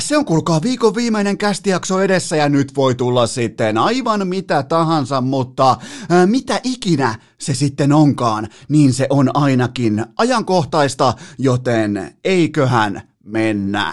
Se on kuulkaa viikon viimeinen kästijakso edessä ja nyt voi tulla sitten aivan mitä tahansa, mutta mitä ikinä se sitten onkaan, niin se on ainakin ajankohtaista, joten eiköhän mennä.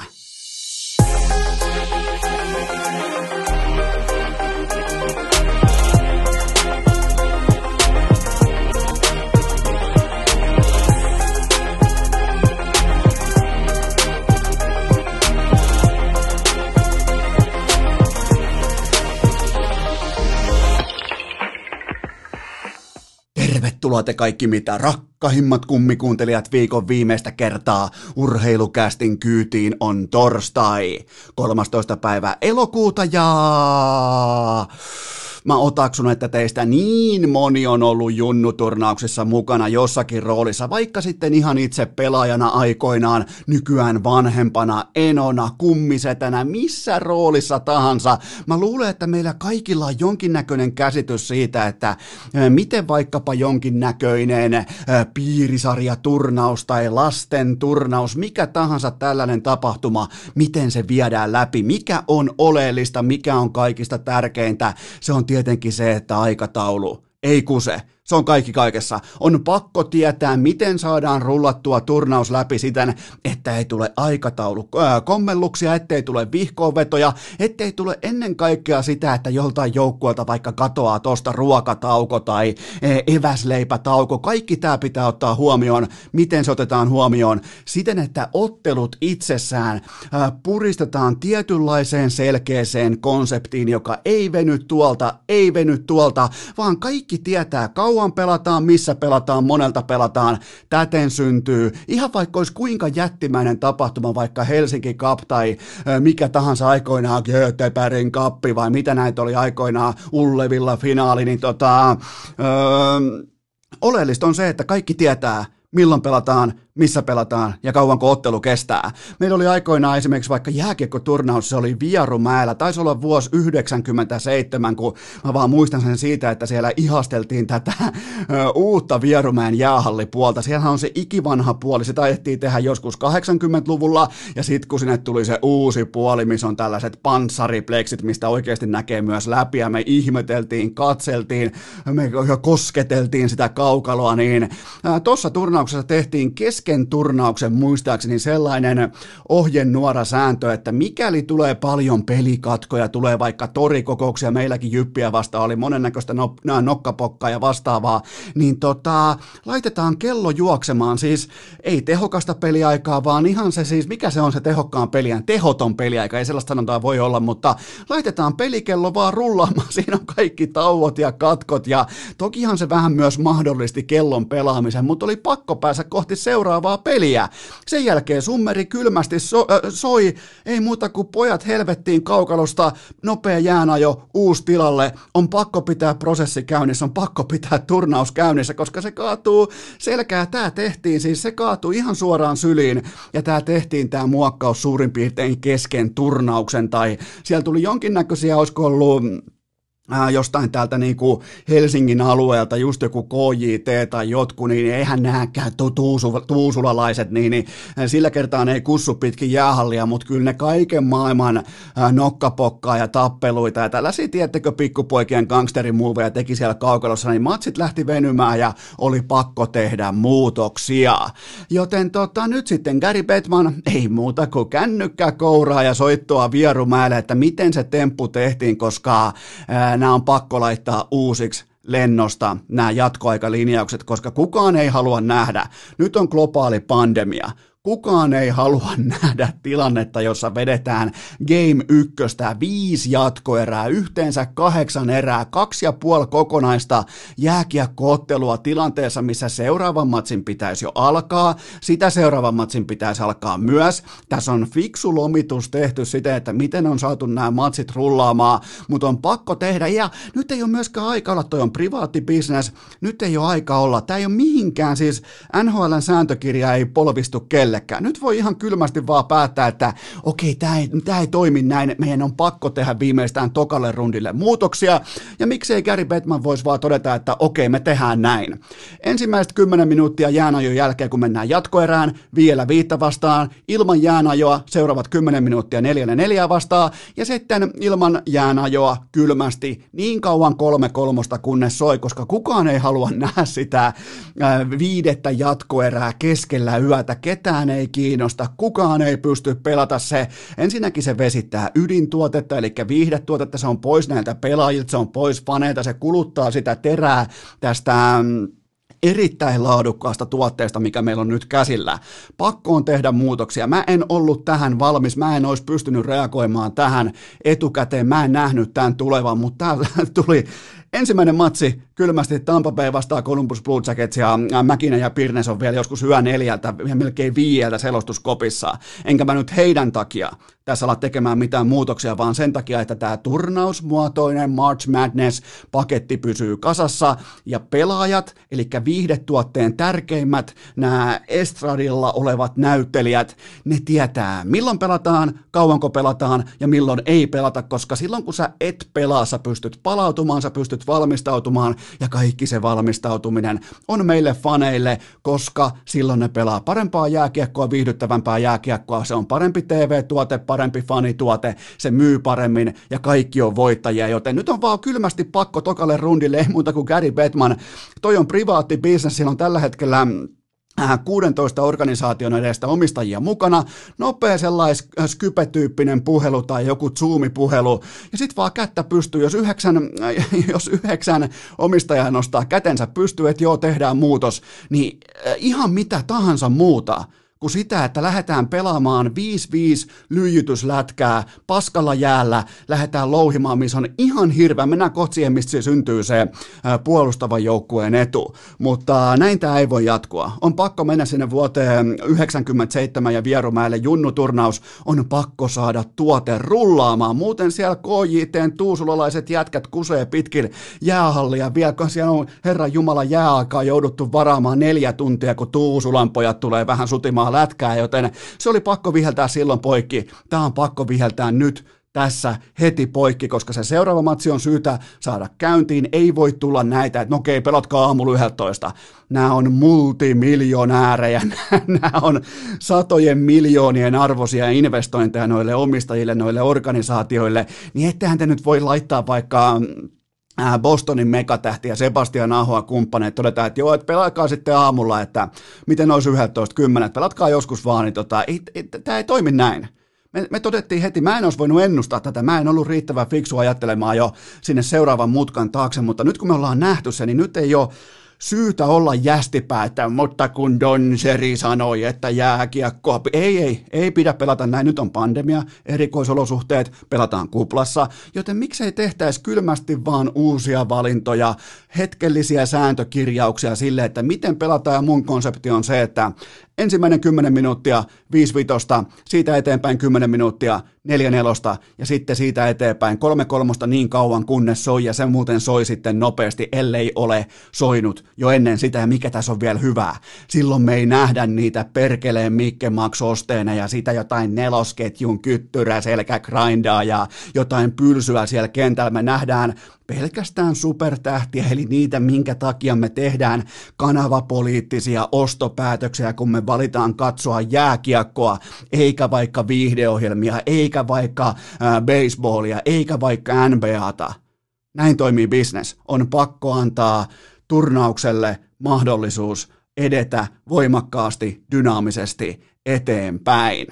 Tervetuloa te kaikki mitä rakkahimmat kummikuuntelijat viikon viimeistä kertaa. Urheilukästin kyytiin on torstai 13. päivä elokuuta ja mä otaksun, että teistä niin moni on ollut junnuturnauksissa mukana jossakin roolissa, vaikka sitten ihan itse pelaajana aikoinaan, nykyään vanhempana, enona, kummisetänä, missä roolissa tahansa. Mä luulen, että meillä kaikilla on jonkinnäköinen käsitys siitä, että miten vaikkapa jonkinnäköinen piirisarjaturnaus tai lasten turnaus, mikä tahansa tällainen tapahtuma, miten se viedään läpi, mikä on oleellista, mikä on kaikista tärkeintä, se on tietenkin se, että aikataulu ei kuse. Se on kaikki kaikessa. On pakko tietää, miten saadaan rullattua turnaus läpi siten, että ei tule kommelluksia, ettei tule vihkoonvetoja, ettei tule ennen kaikkea sitä, että joltain joukkueelta vaikka katoaa tosta ruokatauko tai eväsleipätauko. Kaikki tämä pitää ottaa huomioon. Miten se otetaan huomioon? Siten, että ottelut itsessään puristetaan tietynlaiseen selkeäseen konseptiin, joka ei veny tuolta, vaan kaikki tietää kauan pelataan, missä pelataan, monelta pelataan, täten syntyy, ihan vaikka olisi kuinka jättimäinen tapahtuma, vaikka Helsinki Cup tai mikä tahansa aikoinaan, Göteborgin Cup vai mitä näitä oli aikoinaan, Ullevilla finaali, niin oleellista on se, että kaikki tietää, milloin pelataan, missä pelataan ja kauanko ottelu kestää. Meillä oli aikoinaan esimerkiksi vaikka jääkiekkoturnaus, se oli Vierumäellä, taisi olla vuosi 1997, kun mä vaan muistan sen siitä, että siellä ihasteltiin tätä uutta Vierumäen jäähallipuolta. Siellähän on se ikivanha puoli, se taidettiin tehdä joskus 80-luvulla, ja sitten kun sinne tuli se uusi puoli, missä on tällaiset panssaripleksit, mistä oikeasti näkee myös läpi, ja me ihmeteltiin, katseltiin, me kosketeltiin sitä kaukaloa, niin tuossa turnauksessa tehtiin kesken turnauksen muistaakseni sellainen ohjenuora sääntö, että mikäli tulee paljon pelikatkoja, tulee vaikka torikokouksia, meilläkin Jyppiä vastaan oli monennäköistä nokkapokkaa ja vastaavaa, niin laitetaan kello juoksemaan, siis ei tehokasta peliaikaa, vaan ihan se siis, mikä se on se tehokkaan peliään, tehoton peliaika, ei sellaista sanontaa voi olla, mutta laitetaan pelikello vaan rullaamaan, siinä on kaikki tauot ja katkot, ja tokihan se vähän myös mahdollisti kellon pelaamisen, mutta oli pakko päästä kohti seuraavaa peliä. Sen jälkeen summeri kylmästi soi, ei muuta kuin pojat helvettiin kaukalosta, nopea jäänajo, uusi tilalle, on pakko pitää prosessi käynnissä, on pakko pitää turnaus käynnissä, koska se kaatuu selkää, tämä tehtiin, siis se kaatuu ihan suoraan syliin, ja tämä tehtiin tämä muokkaus suurin piirtein kesken turnauksen, tai siellä tuli jonkinnäköisiä, olisiko ollut jostain täältä niin kuin Helsingin alueelta, just joku KJT tai jotkut, niin eihän nääkään tuusulalaiset, niin sillä kertaa ne ei kussu pitkin jäähallia, mutta kyllä ne kaiken maailman nokkapokkaa ja tappeluita ja tällaisia, tiedättekö, pikkupoikien gangsterimuoveja teki siellä kaukalossa, niin matsit lähti venymään ja oli pakko tehdä muutoksia. Joten nyt sitten Gary Bettman, ei muuta kuin kännykkä kouraa ja soittoa Vierumäelle, että miten se temppu tehtiin, koska nämä on pakko laittaa uusiksi lennosta, nämä jatkoaikalinjaukset, koska kukaan ei halua nähdä. Nyt on globaali pandemia. Kukaan ei halua nähdä tilannetta, jossa vedetään Game 1 5 jatkoerää, yhteensä 8 erää, 2,5 kokonaista jääkiekko-ottelua tilanteessa, missä seuraavan matsin pitäisi jo alkaa, sitä seuraavan matsin pitäisi alkaa myös. Tässä on fiksu lomitus tehty siten, että miten on saatu nämä matsit rullaamaan, mutta on pakko tehdä, ja nyt ei ole myöskään aika olla, toi on privaattibisnes, nyt ei ole aika olla, tämä ei ole mihinkään, siis NHL:n sääntökirja ei polvistu kelle. kenellekään. Nyt voi ihan kylmästi vaan päättää, että okei, tämä ei toimi näin, meidän on pakko tehdä viimeistään tokalle rundille muutoksia, ja miksei Gary Bettman voisi vaan todeta, että okei, me tehdään näin. Ensimmäiset 10 minuuttia jäänajon jälkeen, kun mennään jatkoerään, vielä 5 vastaan, ilman jäänajoa seuraavat 10 minuuttia 4-4 vastaan, ja sitten ilman jäänajoa kylmästi niin kauan 3-3, kunnes soi, koska kukaan ei halua nähdä sitä 5. jatkoerää keskellä yötä, ketään ei kiinnosta, kukaan ei pysty pelata se. Ensinnäkin se vesittää ydintuotetta, eli viihdetuotetta, se on pois näiltä pelaajilta, se on pois faneilta, se kuluttaa sitä terää tästä erittäin laadukkaasta tuotteesta, mikä meillä on nyt käsillä. Pakko on tehdä muutoksia. Mä en ollut tähän valmis, mä en olisi pystynyt reagoimaan tähän etukäteen, mä en nähnyt tämän tulevan, mutta tää tuli ensimmäinen matsi kylmästi Tampa Bay vastaan Columbus Blue Jackets ja Mäkinen ja Pirnes on vielä joskus yö 4 ja melkein 5 selostuskopissa. Enkä mä nyt heidän takia tässä ala tekemään mitään muutoksia, vaan sen takia, että tämä turnausmuotoinen March Madness-paketti pysyy kasassa ja pelaajat, eli viihdetuotteen tärkeimmät, nämä estradilla olevat näyttelijät, ne tietää milloin pelataan, kauanko pelataan ja milloin ei pelata, koska silloin kun sä et pelaa, sä pystyt palautumaan, sä pystyt valmistautumaan ja kaikki se valmistautuminen on meille faneille, koska silloin ne pelaa parempaa jääkiekkoa, viihdyttävämpää jääkiekkoa, se on parempi TV-tuote, parempi fanituote, se myy paremmin ja kaikki on voittajia, joten nyt on vaan kylmästi pakko tokalle rundille, ei muuta kuin Gary Bettman. Toi on privaatti business, siinä on tällä hetkellä 16 organisaation edestä omistajia mukana, nopea sellais Skype-tyyppinen puhelu tai joku Zoom-puhelu, ja sit vaan kättä pystyy, jos 9 omistajaa nostaa kätensä pystyy, että joo, tehdään muutos, niin ihan mitä tahansa muuta kuin sitä, että lähdetään pelaamaan 5-5 lyijytyslätkää paskalla jäällä, lähdetään louhimaan, missä on ihan hirveä. Mennään kohta siihen, mistä syntyy se puolustavan joukkueen etu. Mutta näin tämä ei voi jatkua. On pakko mennä sinne vuoteen 97 ja Vierumäelle junnuturnaus. On pakko saada tuote rullaamaan. Muuten siellä KJT:n tuusulalaiset jätkät kusee pitkin jäähallia. Vielä kun siellä on Herran Jumala jääaikaa jouduttu varaamaan 4 tuntia, kun Tuusulan pojat tulee vähän sutimaan lätkää, joten se oli pakko viheltää silloin poikki. Tämä on pakko viheltää nyt tässä heti poikki, koska se seuraava matsi on syytä saada käyntiin. Ei voi tulla näitä, että no okei, pelatkaa aamulla 11. Nämä on multimiljonäärejä, nämä on satojen miljoonien arvoisia investointeja noille omistajille, noille organisaatioille, niin ettehän te nyt voi laittaa vaikka Bostonin megatähtiä Sebastian Ahoa kumppaneet todetaan, että joo, että pelaakaa sitten aamulla, että miten olisi 11.10, pelatkaa joskus vaan, niin tämä ei toimi näin. Me todettiin heti, mä en olisi voinut ennustaa tätä, mä en ollut riittävän fiksu ajattelemaan jo sinne seuraavan mutkan taakse, mutta nyt kun me ollaan nähty se, niin nyt ei ole syytä olla jästipäätä, mutta kun Don Cherry sanoi, että jääkiekkoa, ei pidä pelata näin, nyt on pandemia, erikoisolosuhteet, pelataan kuplassa, joten miksei tehtäisi kylmästi vaan uusia valintoja, hetkellisiä sääntökirjauksia sille, että miten pelataan, ja mun konsepti on se, että ensimmäinen 10 minuuttia 5-5, siitä eteenpäin 10 minuuttia 4-4 ja sitten siitä eteenpäin 3-3 niin kauan kunnes soi ja se muuten soi sitten nopeasti, ellei ole soinut jo ennen sitä ja mikä tässä on vielä hyvää. Silloin me ei nähdä niitä perkeleen Mikke Max-osteena ja sitä jotain nelosketjun kyttyrä selkägrindaa ja jotain pylsyä siellä kentällä. Me nähdään pelkästään supertähtiä, eli niitä, minkä takia me tehdään kanavapoliittisia ostopäätöksiä, kun me valitaan katsoa jääkiekkoa, eikä vaikka viihdeohjelmia, eikä vaikka baseballia, eikä vaikka NBAta. Näin toimii business. On pakko antaa turnaukselle mahdollisuus edetä voimakkaasti, dynaamisesti eteenpäin.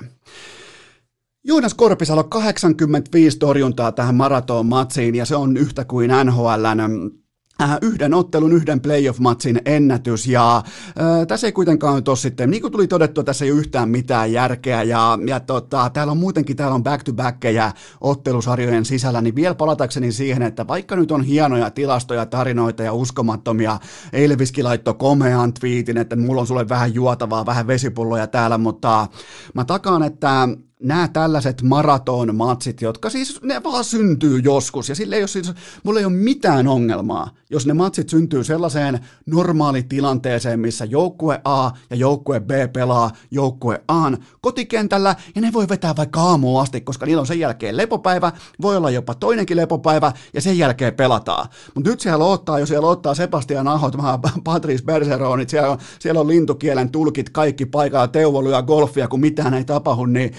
Joonas Korpisalo 85 torjuntaa tähän maratonmatsiin ja se on yhtä kuin NHL:n yhden ottelun, yhden playoff-matsin ennätys ja tässä ei kuitenkaan ole sitten, niin kuin tuli todettua, tässä ei ole yhtään mitään järkeä ja täällä on back-to-backkejä ottelusarjojen sisällä, niin vielä palatakseni siihen, että vaikka nyt on hienoja tilastoja, tarinoita ja uskomattomia, Elviskin laittoi komean twiitin, että mulla on sulle vähän juotavaa, vähän vesipulloja täällä, mutta mä takaan, että nämä tällaiset maratonmatsit, jotka siis ne vaan syntyy joskus, ja sille ei ole siis, mulla ei ole mitään ongelmaa, jos ne matsit syntyy sellaiseen normaalitilanteeseen, missä joukkue A ja joukkue B pelaa joukkue A:n kotikentällä, ja ne voi vetää vaikka aamuun asti, koska niillä on sen jälkeen lepopäivä, voi olla jopa toinenkin lepopäivä, ja sen jälkeen pelataan. Mutta nyt siellä odottaa Sebastian Ahot, Patrice Bergeronit, siellä on lintukielen tulkit, kaikki paikalla, Teuvo lyö golfia, kun mitään ei tapahdu, niin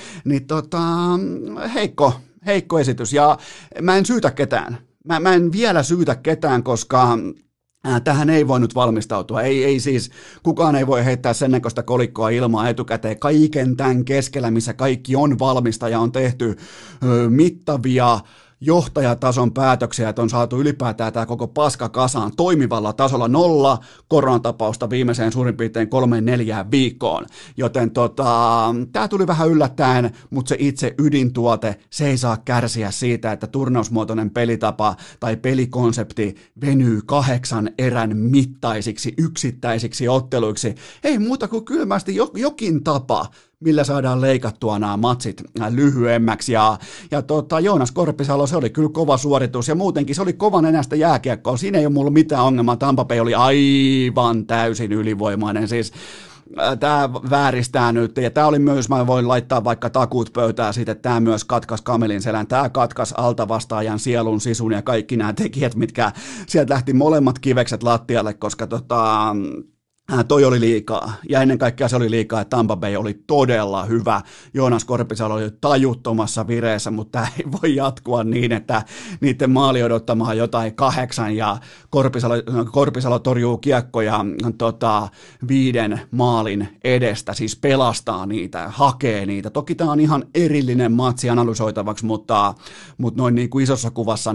heikko esitys, ja mä en syytä ketään. Mä en vielä syytä ketään, koska tähän ei voi nyt valmistautua. Ei siis, kukaan ei voi heittää sen näköistä kolikkoa ilmaa etukäteen kaiken tämän keskellä, missä kaikki on valmista ja on tehty mittavia johtajatason päätöksiä, että on saatu ylipäätään tämä koko paska kasaan toimivalla tasolla 0 koronatapausta viimeiseen suurin piirtein 3-4 viikkoon. Joten tämä tuli vähän yllättäen, mutta se itse ydintuote, se ei saa kärsiä siitä, että turnausmuotoinen pelitapa tai pelikonsepti venyy 8 erän mittaisiksi yksittäisiksi otteluiksi. Ei muuta kuin kylmästi jokin tapa, millä saadaan leikattua nämä matsit lyhyemmäksi. Ja Joonas Korpisalo, se oli kyllä kova suoritus, ja muutenkin se oli kovan enästä jääkiekkoa. Siinä ei ole mulla mitään ongelmaa. Tampa Bay oli aivan täysin ylivoimainen. Siis tämä vääristää nyt, ja tämä oli myös, mä voin laittaa vaikka takuut pöytään siitä, että tämä myös katkas kamelin selän, tämä katkas altavastaajan sielun sisun ja kaikki nämä tekijät, mitkä sieltä lähti molemmat kivekset lattialle, koska toi oli liikaa, ja ennen kaikkea se oli liikaa, että Tampa Bay oli todella hyvä. Joonas Korpisalo oli tajuttomassa vireessä, mutta tämä ei voi jatkua niin, että niiden maali odottamaan jotain 8, ja Korpisalo torjuu kiekkoja 5 maalin edestä, siis pelastaa niitä, hakee niitä. Toki tämä on ihan erillinen matsi analysoitavaksi, mutta noin niin kuin isossa kuvassa,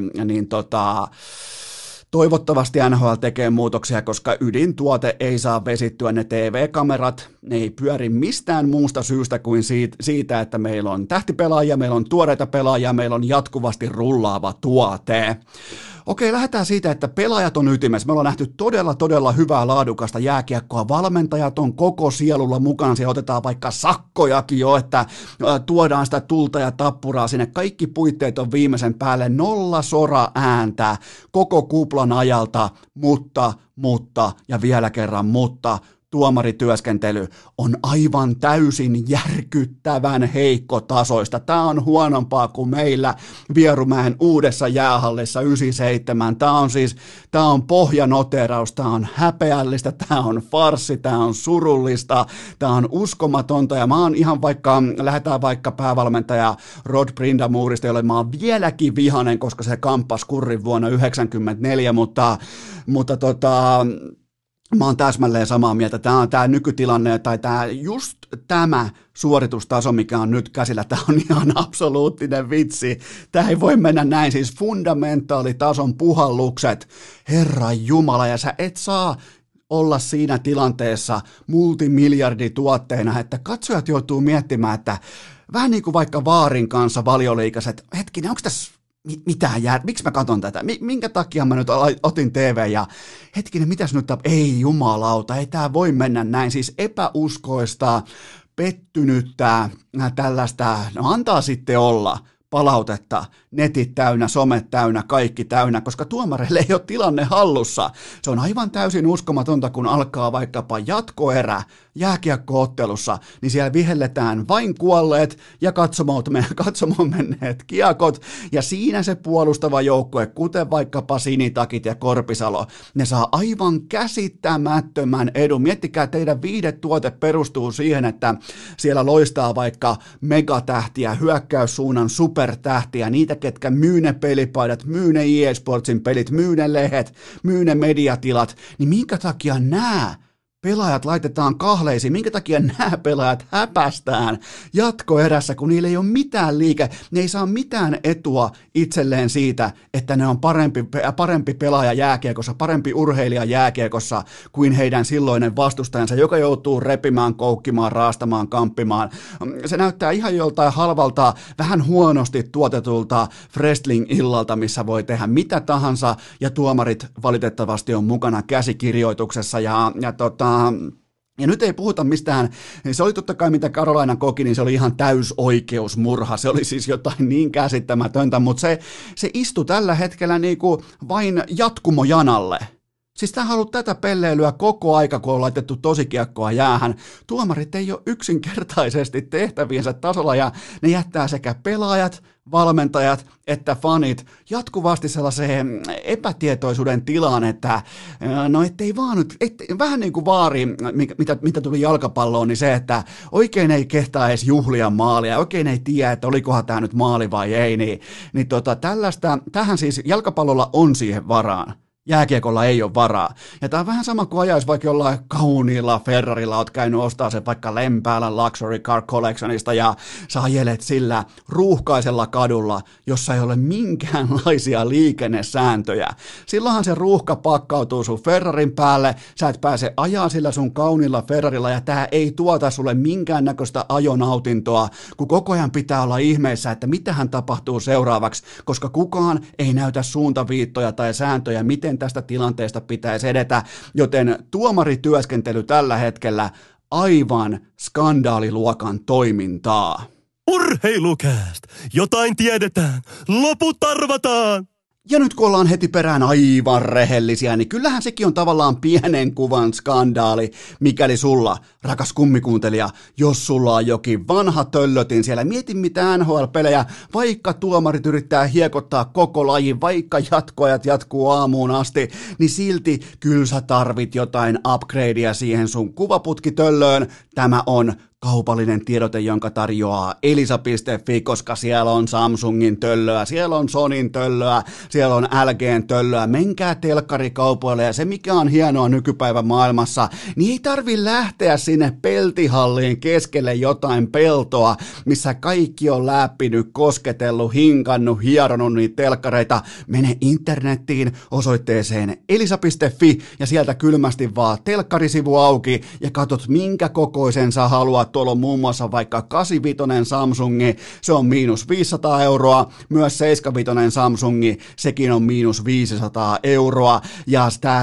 toivottavasti NHL tekee muutoksia, koska ydintuote ei saa vesittyä, ne TV-kamerat, ne ei pyöri mistään muusta syystä kuin siitä, että meillä on tähtipelaajia, meillä on tuoreita pelaajia, meillä on jatkuvasti rullaava tuote. Okei, lähdetään siitä, että pelaajat on ytimessä. Me ollaan nähty todella hyvää laadukasta jääkiekkoa. Valmentajat on koko sielulla mukana. Siellä otetaan vaikka sakkojakin jo, että tuodaan sitä tulta ja tappuraa sinne. Kaikki puitteet on viimeisen päälle. 0 sora-ääntä koko kuplan ajalta, mutta ja vielä kerran mutta. Tuomarityöskentely on aivan täysin järkyttävän heikkotasoista. Tämä on huonompaa kuin meillä Vierumäen uudessa jäähallissa 97. Tämä on pohjanoteraus, tämä on häpeällistä, tämä on farssi, tämä on surullista, tämä on uskomatonta. Ja mä oon ihan lähdetään vaikka päävalmentaja Rod Brindamurista, jolle mä oon vieläkin vihanen, koska se kamppasi kurrin vuonna 1994, mutta mä oon täsmälleen samaa mieltä. Tämä nykytilanne tai tämä suoritustaso, mikä on nyt käsillä, tämä on ihan absoluuttinen vitsi. Tämä ei voi mennä näin, siis fundamentaalitason puhallukset, Herra Jumala, ja sä et saa olla siinä tilanteessa multimiljardituotteena, että katsojat joutuu miettimään, että vähän niin kuin vaikka Vaarin kanssa Valioliigaset, hetkinen, onko tässä miksi mä katon tätä? Minkä takia mä nyt otin TV ja hetkinen, mitäs nyt ei jumalauta, ei tää voi mennä näin, siis epäuskoista, pettynyttä, tällaista, no antaa sitten olla palautetta, netit täynnä, somet täynnä, kaikki täynnä, koska tuomareille ei ole tilanne hallussa. Se on aivan täysin uskomatonta, kun alkaa vaikkapa jatkoerä jääkiekko-ottelussa, niin siellä vihelletään vain kuolleet ja katsomoon menneet kiekot, ja siinä se puolustava joukkue, kuten vaikkapa Sinitakit ja Korpisalo, ne saa aivan käsittämättömän edun. Miettikää, teidän viihdetuote perustuu siihen, että siellä loistaa vaikka megatähtiä, hyökkäyssuunnan supertähtiä, niitä, ketkä myy ne pelipaidat, myy ne eSportsin pelit, myy ne lehet, myy ne mediatilat, niin minkä takia nämä pelaajat laitetaan kahleisiin, minkä takia nämä pelaajat häpästään jatkoerässä, kun niillä ei ole mitään ne ei saa mitään etua itselleen siitä, että ne on parempi pelaaja jääkiekossa, parempi urheilija jääkiekossa kuin heidän silloinen vastustajansa, joka joutuu repimään, koukkimaan, raastamaan, kamppimaan. Se näyttää ihan joltain halvalta, vähän huonosti tuotetulta wrestling-illalta, missä voi tehdä mitä tahansa, ja tuomarit valitettavasti on mukana käsikirjoituksessa, Ja nyt ei puhuta mistään, se oli totta kai mitä Carolina koki, niin se oli ihan täysoikeusmurha, se oli siis jotain niin käsittämätöntä, mutta se istui tällä hetkellä niinku vain jatkumojanalle. Siis tähän on ollut tätä pelleilyä koko aika, kun on laitettu tosikiekkoa jäähän. Tuomarit ei ole yksinkertaisesti tehtäviensä tasolla ja ne jättää sekä pelaajat, valmentajat että fanit jatkuvasti sellaiseen epätietoisuuden tilaan, että no ettei vaan nyt, vähän niin kuin vaari, mitä tuli jalkapalloon, niin se, että oikein ei kehtaa edes juhlia maalia, oikein ei tiedä, että olikohan tämä nyt maali vai ei, niin tällaista, tähän siis jalkapallolla on siihen varaan. Jääkiekolla ei ole varaa. Ja tämä on vähän sama kuin ajaisi vaikka jollain kauniilla Ferrarilla, oot käynyt ostaa sen vaikka Lempäälän Luxury Car Collectionista ja sä ajelet sillä ruuhkaisella kadulla, jossa ei ole minkäänlaisia liikennesääntöjä. Silloinhan se ruuhka pakkautuu sun Ferrarin päälle, sä et pääse ajaa sillä sun kauniilla Ferrarilla ja tää ei tuota sulle minkäännäköistä ajonautintoa, kun koko ajan pitää olla ihmeessä, että mitähän tapahtuu seuraavaksi, koska kukaan ei näytä suuntaviittoja tai sääntöjä, miten tästä tilanteesta pitäisi edetä, joten tuomarityöskentely tällä hetkellä aivan skandaaliluokan toimintaa. Urheilukääst! Jotain tiedetään! Loput arvataan! Ja nyt kun ollaan heti perään aivan rehellisiä, niin kyllähän sekin on tavallaan pienen kuvan skandaali, mikäli sulla, rakas kummikuuntelija, jos sulla on jokin vanha töllötin siellä, mieti mitä NHL-pelejä, vaikka tuomarit yrittää hiekottaa koko lajin, vaikka jatkoajat jatkuu aamuun asti, niin silti kyllä sä tarvit jotain upgradea siihen sun kuvaputkitöllöön. Tämä on kaupallinen tiedote, jonka tarjoaa elisa.fi, koska siellä on Samsungin töllöä, siellä on Sonyn töllöä, siellä on LGn töllöä. Menkää telkkarikaupoille ja se mikä on hienoa nykypäivän maailmassa, niin ei tarvi lähteä sinne peltihalliin keskelle jotain peltoa, missä kaikki on läppinyt, kosketellut, hinkannut, hieronut niitä telkkareita. Mene internettiin osoitteeseen elisa.fi ja sieltä kylmästi vaan telkkarisivu auki ja katot minkä kokoisen sä haluat. Tuolla on muun muassa vaikka 85 Samsungi, se on -500 €, myös 75 Samsungi, sekin on -500 €, ja tää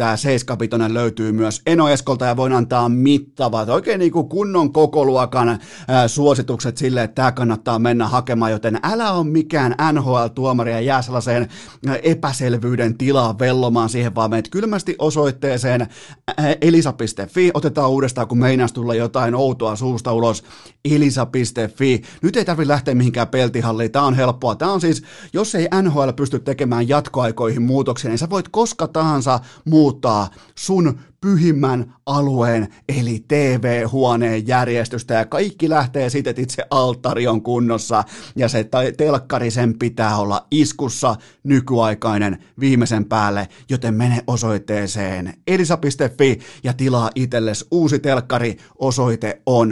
75 löytyy myös Enoeskolta ja voin antaa mittavat, oikein niin kuin kunnon kokoluokan suositukset sille, että tää kannattaa mennä hakemaan, joten älä ole mikään NHL-tuomari ja jää sellaiseen epäselvyyden tilaan vellomaan siihen, vaan menet kylmästi osoitteeseen elisa.fi, otetaan uudestaan, kun meinas tulla jotain outoa suusta ulos, elisa.fi. Nyt ei tarvitse lähteä mihinkään peltihalliin, tämä on helppoa. Tämä on siis, jos ei NHL pysty tekemään jatkoaikoihin muutoksia, niin sä voit koska tahansa muuttaa sun pyhimmän alueen, eli TV-huoneen järjestystä, ja kaikki lähtee siitä, että itse alttari on kunnossa, ja se telkkari sen pitää olla iskussa, nykyaikainen, viimeisen päälle, joten mene osoitteeseen elisa.fi ja tilaa itsellesi uusi telkkari, osoite on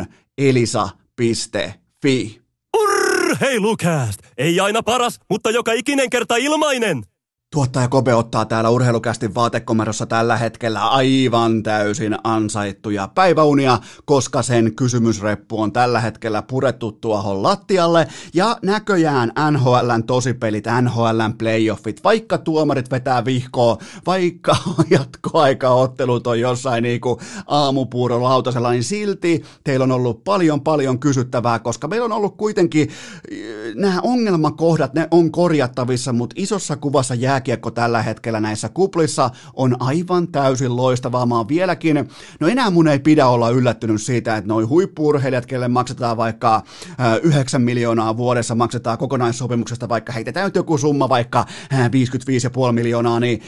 elisa.fi. Urheilukääst! Ei aina paras, mutta joka ikinen kerta ilmainen! Tuottaja Kobe ottaa täällä Urheilukästin vaatekomerossa tällä hetkellä aivan täysin ansaittuja päiväunia, koska sen kysymysreppu on tällä hetkellä purettu tuohon lattialle, ja näköjään NHL:n tosipelit, NHL:n playoffit, vaikka tuomarit vetää vihkoa, vaikka jatkoaikaottelut on jossain niinku aamupuurolautasella, niin silti teillä on ollut paljon kysyttävää, koska meillä on ollut kuitenkin nämä ongelmakohdat, ne on korjattavissa, mutta isossa kuvassa jääkiekko tällä hetkellä näissä kuplissa on aivan täysin loistavaa. Mä oon vieläkin, no enää mun ei pidä olla yllättynyt siitä, että noi huippu-urheilijat, kelle maksetaan vaikka 9 miljoonaa vuodessa, maksetaan kokonaissopimuksesta, vaikka heitetään nyt joku summa, vaikka 55,5 miljoonaa, niin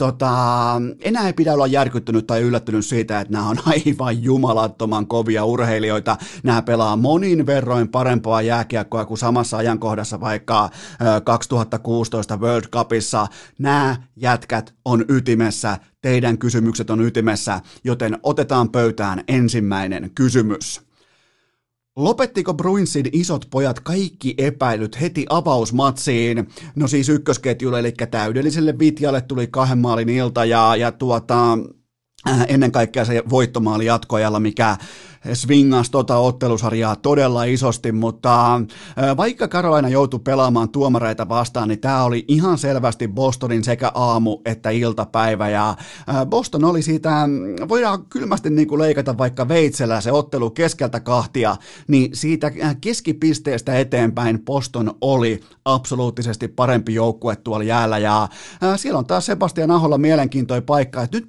enää ei pidä olla järkyttynyt tai yllättynyt siitä, että nämä on aivan jumalattoman kovia urheilijoita. Nämä pelaa monin verroin parempaa jääkiekkoa kuin samassa ajankohdassa vaikka 2016 World Cupissa. Nämä jätkät on ytimessä, teidän kysymykset on ytimessä, joten otetaan pöytään ensimmäinen kysymys. Lopettiko Bruinsin isot pojat kaikki epäilyt heti avausmatsiin? No siis ykkösketjulle, eli täydelliselle Vitjalle tuli 2 maalin ilta ja ennen kaikkea se voittomaali jatkoajalla, mikä swingasi ottelusarjaa todella isosti, mutta vaikka Carolina joutui pelaamaan tuomareita vastaan, niin tämä oli ihan selvästi Bostonin sekä aamu että iltapäivä, ja Boston oli siitä, voidaan kylmästi niin kuin leikata vaikka veitsellä se ottelu keskeltä kahtia, niin siitä keskipisteestä eteenpäin Boston oli absoluuttisesti parempi joukkue tuolla jäällä, ja siellä on taas Sebastian Aholla mielenkiintoinen paikka, että nyt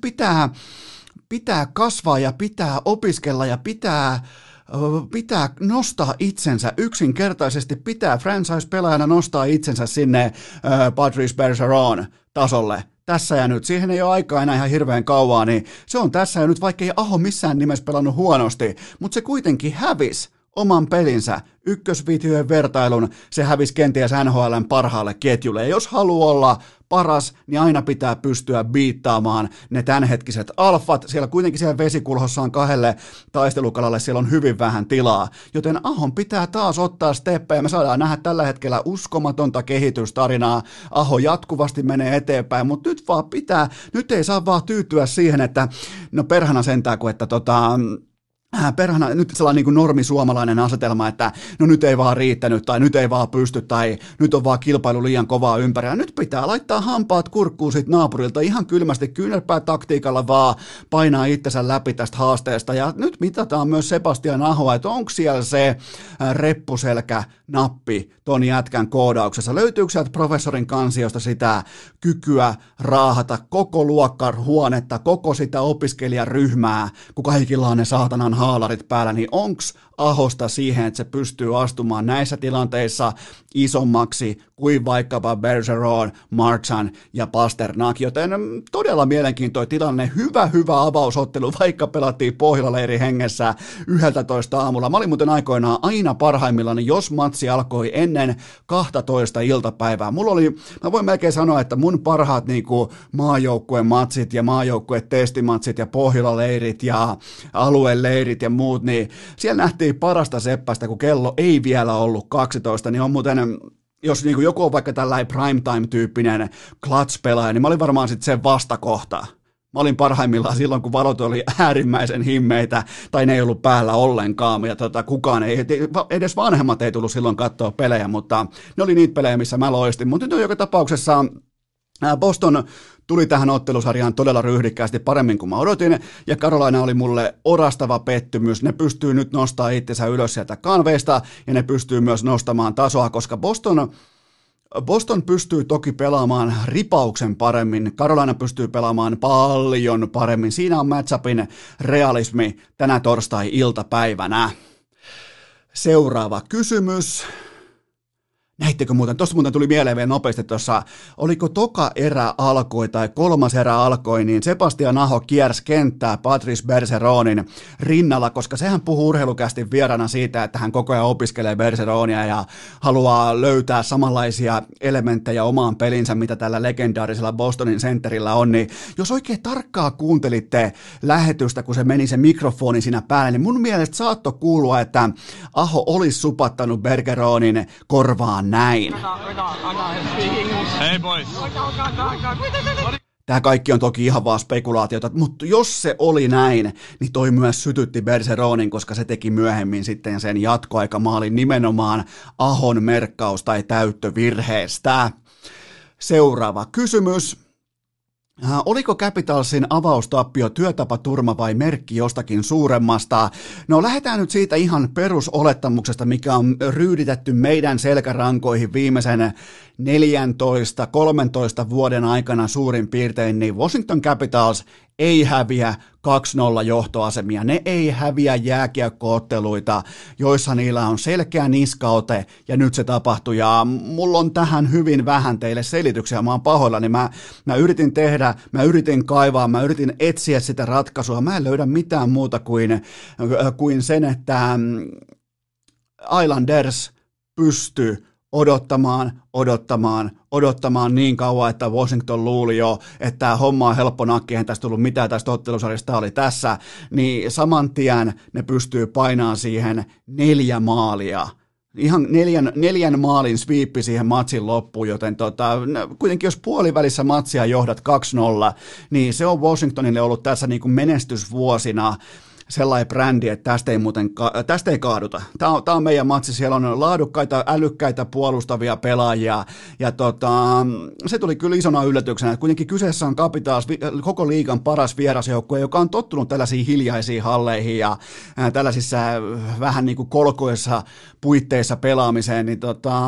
pitää kasvaa ja pitää opiskella ja pitää nostaa itsensä, yksinkertaisesti pitää franchise-pelaajana nostaa itsensä sinne Patrice Bergeron tasolle. Tässä ja nyt, siihen ei ole aikaa enää ihan hirveän kauaa, niin se on tässä ja nyt, vaikka ei Aho missään nimessä pelannut huonosti, mutta se kuitenkin hävisi oman pelinsä, ykkösviitiojen vertailun, se hävisi kenties NHL:n parhaalle ketjulle. Ja jos haluaa olla paras, niin aina pitää pystyä biittaamaan ne tämänhetkiset alfat. Siellä kuitenkin siellä vesikulhossa on kahdelle taistelukalalle, siellä on hyvin vähän tilaa. Joten Ahon pitää taas ottaa steppejä. Me saadaan nähdä tällä hetkellä uskomatonta kehitystarinaa. Aho jatkuvasti menee eteenpäin, mutta nyt ei saa vaan tyytyä siihen, että no perhana sentään, kun että perhana, nyt sellainen niin kuin normisuomalainen asetelma, että no nyt ei vaan riittänyt, tai nyt ei vaan pysty, tai nyt on vaan kilpailu liian kovaa ympäri, ja nyt pitää laittaa hampaat kurkkuun sit naapurilta ihan kylmästi kyynärpää taktiikalla vaan painaa itsensä läpi tästä haasteesta, ja nyt mitataan myös Sebastian Ahoa, että onko siellä se reppuselkä nappi ton jätkän koodauksessa, löytyykö sieltä professorin kansiosta sitä kykyä raahata koko luokkahuonetta, koko sitä opiskelijaryhmää, kun kaikilla on ne saatanan haalarit päällä, niin onks Ahosta siihen, että se pystyy astumaan näissä tilanteissa isommaksi kuin vaikkapa Bergeron, Marchand ja Pasternak, joten todella mielenkiintoinen tilanne, hyvä avausottelu, vaikka pelattiin Pohjola-leirin hengessä 11 aamulla. Mä olin muuten aikoinaan aina parhaimmillaan, jos matsi alkoi ennen 12 iltapäivää. Mä voin melkein sanoa, että mun parhaat niinku maajoukkueen matsit ja maajoukkueen testimatsit ja Pohjola-leirit ja alueleirit ja muut, niin siellä nähtiin parasta seppästä, kun kello ei vielä ollut 12, niin on muuten, jos niin kuin joku on vaikka tällainen primetime-tyyppinen clutch-pelaaja, niin mä olin varmaan sitten sen vastakohta. Mä olin parhaimmillaan silloin, kun valot oli äärimmäisen himmeitä, tai ne ei ollut päällä ollenkaan, ja kukaan ei, edes vanhemmat ei tullut silloin katsoa pelejä, mutta ne oli niitä pelejä, missä mä loistin. Mutta nyt on joka tapauksessa Boston tuli tähän ottelusarjaan todella ryhdikkäästi paremmin kuin mä odotin, ja Carolina oli mulle orastava pettymys. Ne pystyy nyt nostamaan itsensä ylös sieltä kanveista, ja ne pystyy myös nostamaan tasoa, koska Boston pystyy toki pelaamaan ripauksen paremmin, Carolina pystyy pelaamaan paljon paremmin. Siinä on matchupin realismi tänä torstai-iltapäivänä. Seuraava kysymys. Näittekö muuten, tuosta muuten tuli mieleen vielä nopeasti tuossa, oliko toka erä alkoi tai kolmas erä alkoi, niin Sebastian Aho kiersi kenttää Patrice Bergeronin rinnalla, koska sehän puhuu urheilukästi vierana siitä, että hän koko ajan opiskelee Bergeronia ja haluaa löytää samanlaisia elementtejä omaan pelinsä, mitä tällä legendaarisella Bostonin centerillä on, niin jos oikein tarkkaa kuuntelitte lähetystä, kun se meni se mikrofoni siinä päälle, niin mun mielestä saattoi kuulua, että Aho olisi supattanut Bergeronin korvaan näin. Hey boys. Tämä kaikki on toki ihan vaan spekulaatiota, mutta jos se oli näin, niin toi myös sytytti Bergeronin, koska se teki myöhemmin sitten sen jatkoaikamaalin nimenomaan Ahon merkkaus- tai täyttövirheestä. Seuraava kysymys. Oliko Capitalsin avaustappio työtapaturma vai merkki jostakin suuremmasta? No lähdetään nyt siitä ihan perusolettamuksesta, mikä on ryyditetty meidän selkärankoihin viimeisen 14-13 vuoden aikana suurin piirtein, niin Washington Capitals ei häviä 2-0 johtoasemia, ne ei häviä jääkiekko-otteluita, joissa niillä on selkeä niskaote, ja nyt se tapahtui, ja mulla on tähän hyvin vähän teille selityksiä, mä oon pahoillani, mä yritin kaivaa, mä yritin etsiä sitä ratkaisua, mä en löydä mitään muuta kuin sen, että Islanders pystyy odottamaan niin kauan, että Washington luuli jo, että tämä homma on helppo nakki, eihän tästä tullut mitään tästä ottelusarjasta oli tässä, niin saman tien ne pystyy painaa siihen 4 maalia. Ihan neljän maalin sweepi siihen matsin loppuun, joten kuitenkin jos puolivälissä matsia johdat 2-0, niin se on Washingtonille ollut tässä niin kuin menestysvuosina sellainen brändi, että tästä ei kaaduta. Tämä on meidän matsi, siellä on laadukkaita, älykkäitä puolustavia pelaajia, ja se tuli kyllä isona yllätyksenä, että kuitenkin kyseessä on Capitals, koko liigan paras vierasjoukkue, joka on tottunut tällaisiin hiljaisiin halleihin ja tällaisissa vähän niin kuin kolkoissa puitteissa pelaamiseen, niin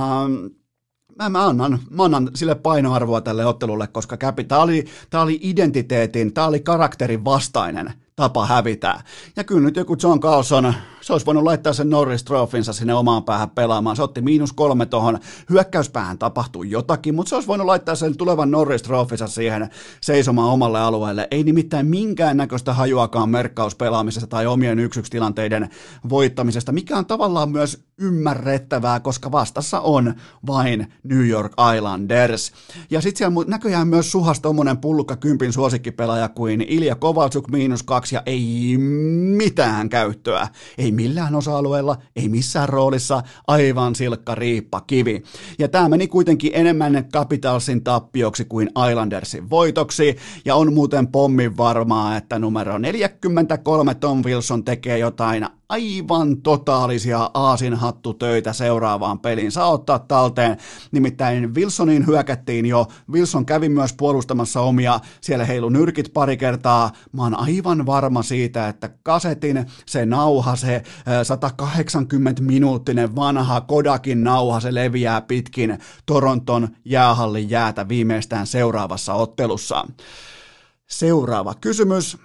Mä annan sille painoarvoa tälle ottelulle, koska tämä oli identiteetin, tämä oli karakterin vastainen tapa hävitä. Ja kyllä nyt joku John Carlson, se olisi voinut laittaa sen Norris Trophinsa sinne omaan päähän pelaamaan. Se otti -3 tuohon. Hyökkäyspäähän tapahtui jotakin, mutta se olisi voinut laittaa sen tulevan Norris Trophinsa siihen seisomaan omalle alueelle. Ei nimittäin minkäännäköistä hajuakaan merkkauspelaamisesta tai omien 1-1 tilanteiden voittamisesta, mikä on tavallaan myös ymmärrettävää, koska vastassa on vain New York Islanders. Ja sitten siellä näköjään myös suhasi tommonen pullukka 10 suosikkipelaaja kuin Ilja Kovalchuk -2 ja ei mitään käyttöä. Ei millään osa-alueella, ei missään roolissa, aivan silkka riippakivi. Ja tämä meni kuitenkin enemmän Capitalsin tappioksi kuin Islandersin voitoksi, ja on muuten pommin varmaa, että numero 43 Tom Wilson tekee jotain aivan totaalisia aasinhattutöitä seuraavaan peliin. Saa ottaa talteen, nimittäin Wilsoniin hyökättiin jo, Wilson kävi myös puolustamassa omia, siellä heilu nyrkit pari kertaa, mä oon aivan varma siitä, että kasetin, se nauha, se 180-minuuttinen vanha Kodakin nauha, se leviää pitkin Toronton jäähallin jäätä viimeistään seuraavassa ottelussa. Seuraava kysymys.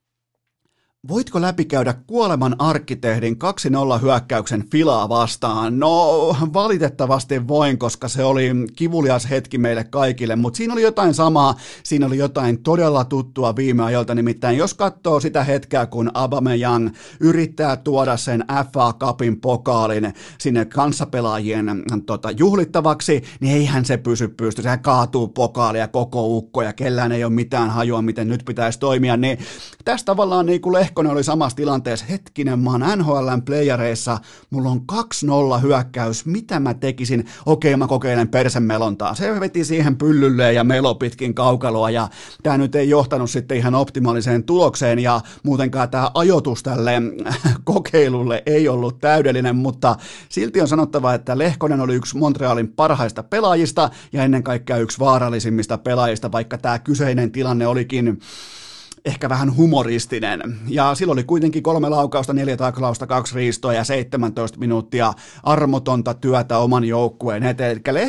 Voitko läpikäydä kuoleman arkkitehdin 2-0 hyökkäyksen Filaa vastaan? No, valitettavasti voin, koska se oli kivulias hetki meille kaikille, mutta siinä oli jotain samaa, siinä oli jotain todella tuttua viime ajoilta, nimittäin jos katsoo sitä hetkeä, kun Aubameyang yrittää tuoda sen FA Cupin pokaalin sinne kanssapelaajien juhlittavaksi, niin eihän se pysy pystyssä, sehän kaatuu pokaalia koko ukko ja kellään ei ole mitään hajua, miten nyt pitäisi toimia, niin tästä tavallaan niin kuin Lehkonen oli samassa tilanteessa, hetkinen, mä oon NHL:n playereissa, mulla on 2-0 hyökkäys, mitä mä tekisin? Okei, mä kokeilen persemelontaa. Se veti siihen pyllylle ja melo pitkin kaukaloa, ja tää nyt ei johtanut sitten ihan optimaaliseen tulokseen, ja muutenkaan tää ajoitus tälle kokeilulle ei ollut täydellinen, mutta silti on sanottava, että Lehkonen oli yksi Montrealin parhaista pelaajista, ja ennen kaikkea yksi vaarallisimmista pelaajista, vaikka tää kyseinen tilanne olikin ehkä vähän humoristinen. Ja silloin oli kuitenkin 3 laukausta, 4 taklausta, 2 riistoa ja 17 minuuttia armotonta työtä oman joukkueen eteen. Eli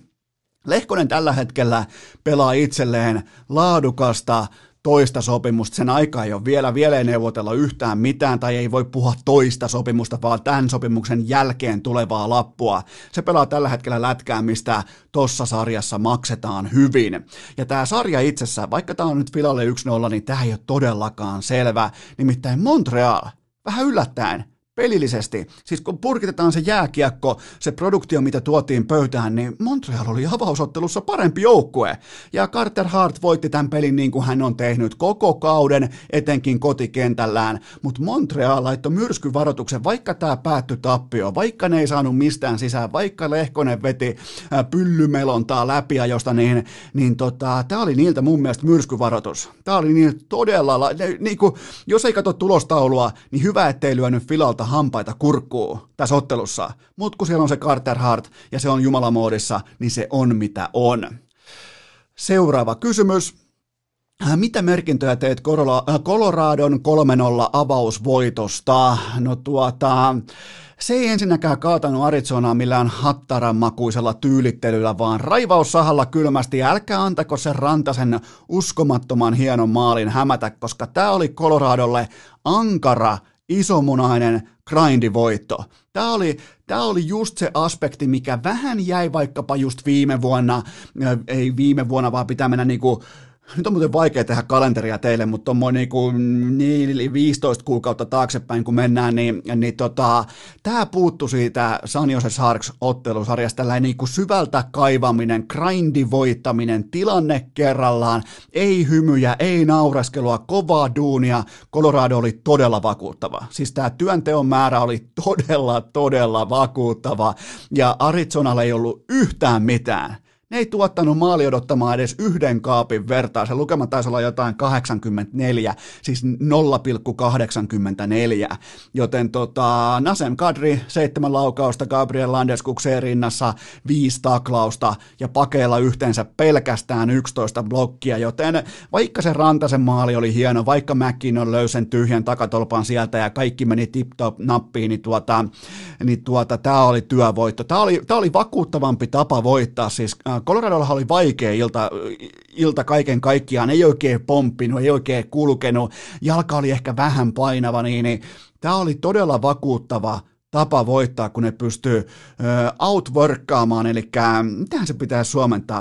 Lehkonen tällä hetkellä pelaa itselleen laadukasta toista sopimusta, sen aika ei ole vielä ei neuvotella yhtään mitään, tai ei voi puhua toista sopimusta, vaan tämän sopimuksen jälkeen tulevaa lappua. Se pelaa tällä hetkellä lätkää, mistä tossa sarjassa maksetaan hyvin. Ja tämä sarja itsessään, vaikka tämä on nyt Filalle 1-0, niin tämä ei ole todellakaan selvä. Nimittäin Montreal, vähän yllättäen, pelillisesti, siis kun purkitetaan se jääkiekko, se produktio, mitä tuotiin pöytään, niin Montreal oli avausottelussa parempi joukkue. Ja Carter Hart voitti tämän pelin niin kuin hän on tehnyt koko kauden, etenkin kotikentällään. Mutta Montreal laittoi myrskyvaroituksen, vaikka tämä päättyi tappioon, vaikka ne ei saanut mistään sisään, vaikka Lehkonen veti pyllymelontaa läpiajosta, niin tämä oli niiltä mun mielestä myrskyvaroitus. Tämä oli niiltä todella, niin kuin, jos ei katso tulostaulua, niin hyvä, ettei lyönyt Filalta hampaita kurkkuu tässä ottelussa, mutta kun siellä on se Carter Hart ja se on jumalamoodissa, niin se on mitä on. Seuraava kysymys. Mitä merkintöjä teet Coloradon 3-0 avausvoitosta? No se ei ensinnäkään kaatanut Arizonaa millään hattaranmakuisella tyylittelyllä, vaan raivaussahalla kylmästi, ja älkää antako sen Rantasen uskomattoman hienon maalin hämätä, koska tämä oli Coloradolle ankara, isomunainen grindivoitto. Tämä oli just se aspekti, mikä vähän jäi vaikkapa just viime vuonna, ei viime vuonna, vaan pitää mennä niinku, nyt on muuten vaikea tehdä kalenteria teille, mutta tuommoinen niin 15 kuukautta taaksepäin, kun mennään, niin tämä puuttui siitä San Jose Sharks-ottelusarjasta, tällainen niin kuin syvältä kaivaminen, grindivoittaminen, tilanne kerrallaan, ei hymyjä, ei naureskelua, kovaa duunia. Colorado oli todella vakuuttava. Siis tämä työnteon määrä oli todella vakuuttava, ja Arizonalle ei ollut yhtään mitään. Ne ei tuottanut maali odottamaan edes yhden kaapin vertaa. Se lukema taisi olla jotain 84, siis 0,84. Joten Nasem Kadri, 7 laukausta, Gabriel Landeskuksen rinnassa 5 taklausta ja pakeilla yhteensä pelkästään 11 blokkia. Joten vaikka se Rantasen maali oli hieno, vaikka McKinnon löysi sen tyhjän takatolpan sieltä ja kaikki meni tip-top nappiin, niin tämä oli työvoitto. Tämä oli vakuuttavampi tapa voittaa. Siis Coloradolla oli vaikea ilta kaiken kaikkiaan, ei oikein pomppinut, ei oikein kulkenut, jalka oli ehkä vähän painava, niin tämä oli todella vakuuttava tapa voittaa, kun ne pystyy outworkkaamaan, eli mitähän se pitää suomentaa,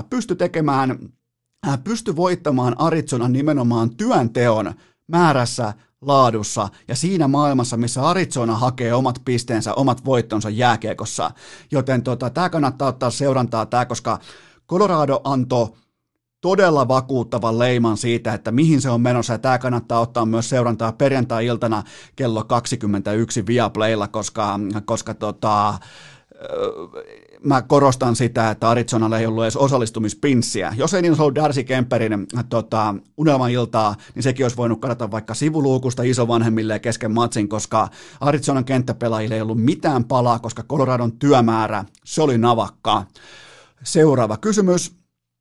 pysty voittamaan Arizonan nimenomaan työnteon määrässä, laadussa ja siinä maailmassa, missä Arizona hakee omat pisteensä, omat voittonsa jääkiekossa. Joten tämä kannattaa ottaa seurantaa, koska Colorado antoi todella vakuuttavan leiman siitä, että mihin se on menossa, ja tämä kannattaa ottaa myös seurantaa perjantai-iltana kello 21 Viaplaylla, koska mä korostan sitä, että Arizonalla ei ollut edes osallistumispinssiä. Jos ei niin olisi ollut Darcy Kemperin unelmailtaa, niin sekin olisi voinut kadata vaikka sivuluukusta isovanhemmille kesken matsin, koska Arizonan kenttäpelaajille ei ollut mitään palaa, koska Coloradon työmäärä, se oli navakka. Seuraava kysymys.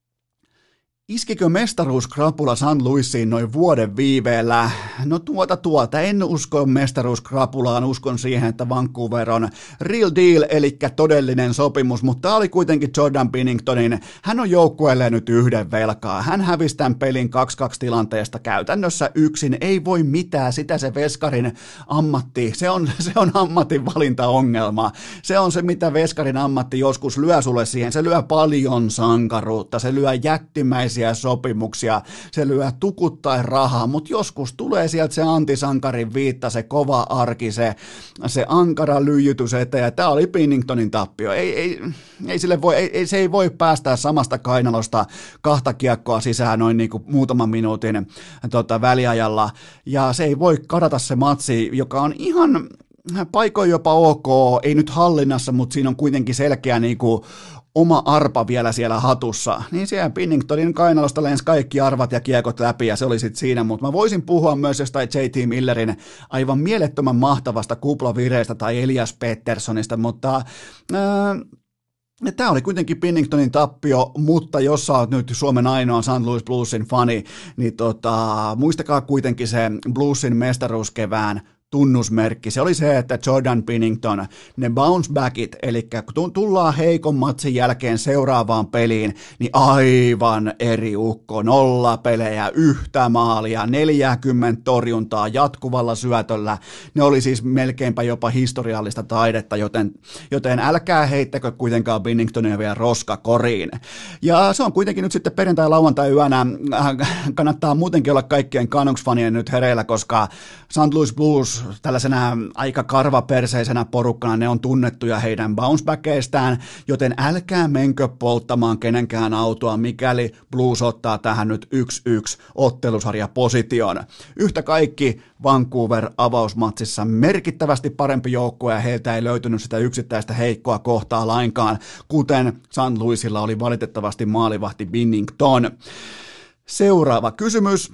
Iskikö mestaruuskrapula St. Louisiin noin vuoden viiveellä? No en usko mestaruuskrapulaan, uskon siihen, että Vancouver on real deal, eli todellinen sopimus, mutta tämä oli kuitenkin Jordan Binningtonin, hän on joukkueelle nyt yhden velkaa, hän hävisi tämän pelin 2-2 tilanteesta käytännössä yksin, ei voi mitään, sitä se veskarin ammatti, se on ammatinvalintaongelma, se on se, mitä veskarin ammatti joskus lyö sulle siihen, se lyö paljon sankaruutta, se lyö jättimäisiä sopimuksia, se lyö tukut tai rahaa, mutta joskus tulee sieltä se antisankarin viitta, se kova arki, se ankara lyijytys eteen, ja tämä oli Binningtonin tappio. Se ei voi päästää samasta kainalosta 2 kiekkoa sisään noin niin kuin muutaman minuutin väliajalla, ja se ei voi kadata se matsi, joka on ihan paikoin jopa ok, ei nyt hallinnassa, mutta siinä on kuitenkin selkeä niin kuin oma arpa vielä siellä hatussa, niin siellä Binningtonin kainalosta lensi kaikki arvat ja kiekot läpi, ja se oli sitten siinä, mutta mä voisin puhua myös jostain J.T. Millerin aivan mielettömän mahtavasta kuplavireestä tai Elias Petterssonista, mutta tämä oli kuitenkin Binningtonin tappio, mutta jos sä oot nyt Suomen ainoa St. Louis Bluesin fani, niin muistakaa kuitenkin se Bluesin mestaruuskevään tunnusmerkki. Se oli se, että Jordan Binnington, ne bounce backit, eli kun tullaan heikon matsin jälkeen seuraavaan peliin, niin aivan eri ukko, 0 pelejä, 1 maalia, 40 torjuntaa jatkuvalla syötöllä. Ne oli siis melkeinpä jopa historiallista taidetta, joten älkää heittäkö kuitenkaan Binningtonia vielä roskakoriin. Ja se on kuitenkin nyt sitten perjantai-lauantai-yönä, kannattaa muutenkin olla kaikkien Canucks-fanien nyt hereillä, koska St. Louis Blues tällaisena aika karvaperseisenä porukkana, ne on tunnettuja heidän bouncebackkeistään, joten älkää menkö polttamaan kenenkään autoa, mikäli Blues ottaa tähän nyt 1-1 ottelusarjaposition. Yhtä kaikki Vancouver avausmatsissa merkittävästi parempi joukkue, ja heiltä ei löytynyt sitä yksittäistä heikkoa kohtaa lainkaan, kuten St. Louisilla oli valitettavasti maalivahti Binnington. Seuraava kysymys.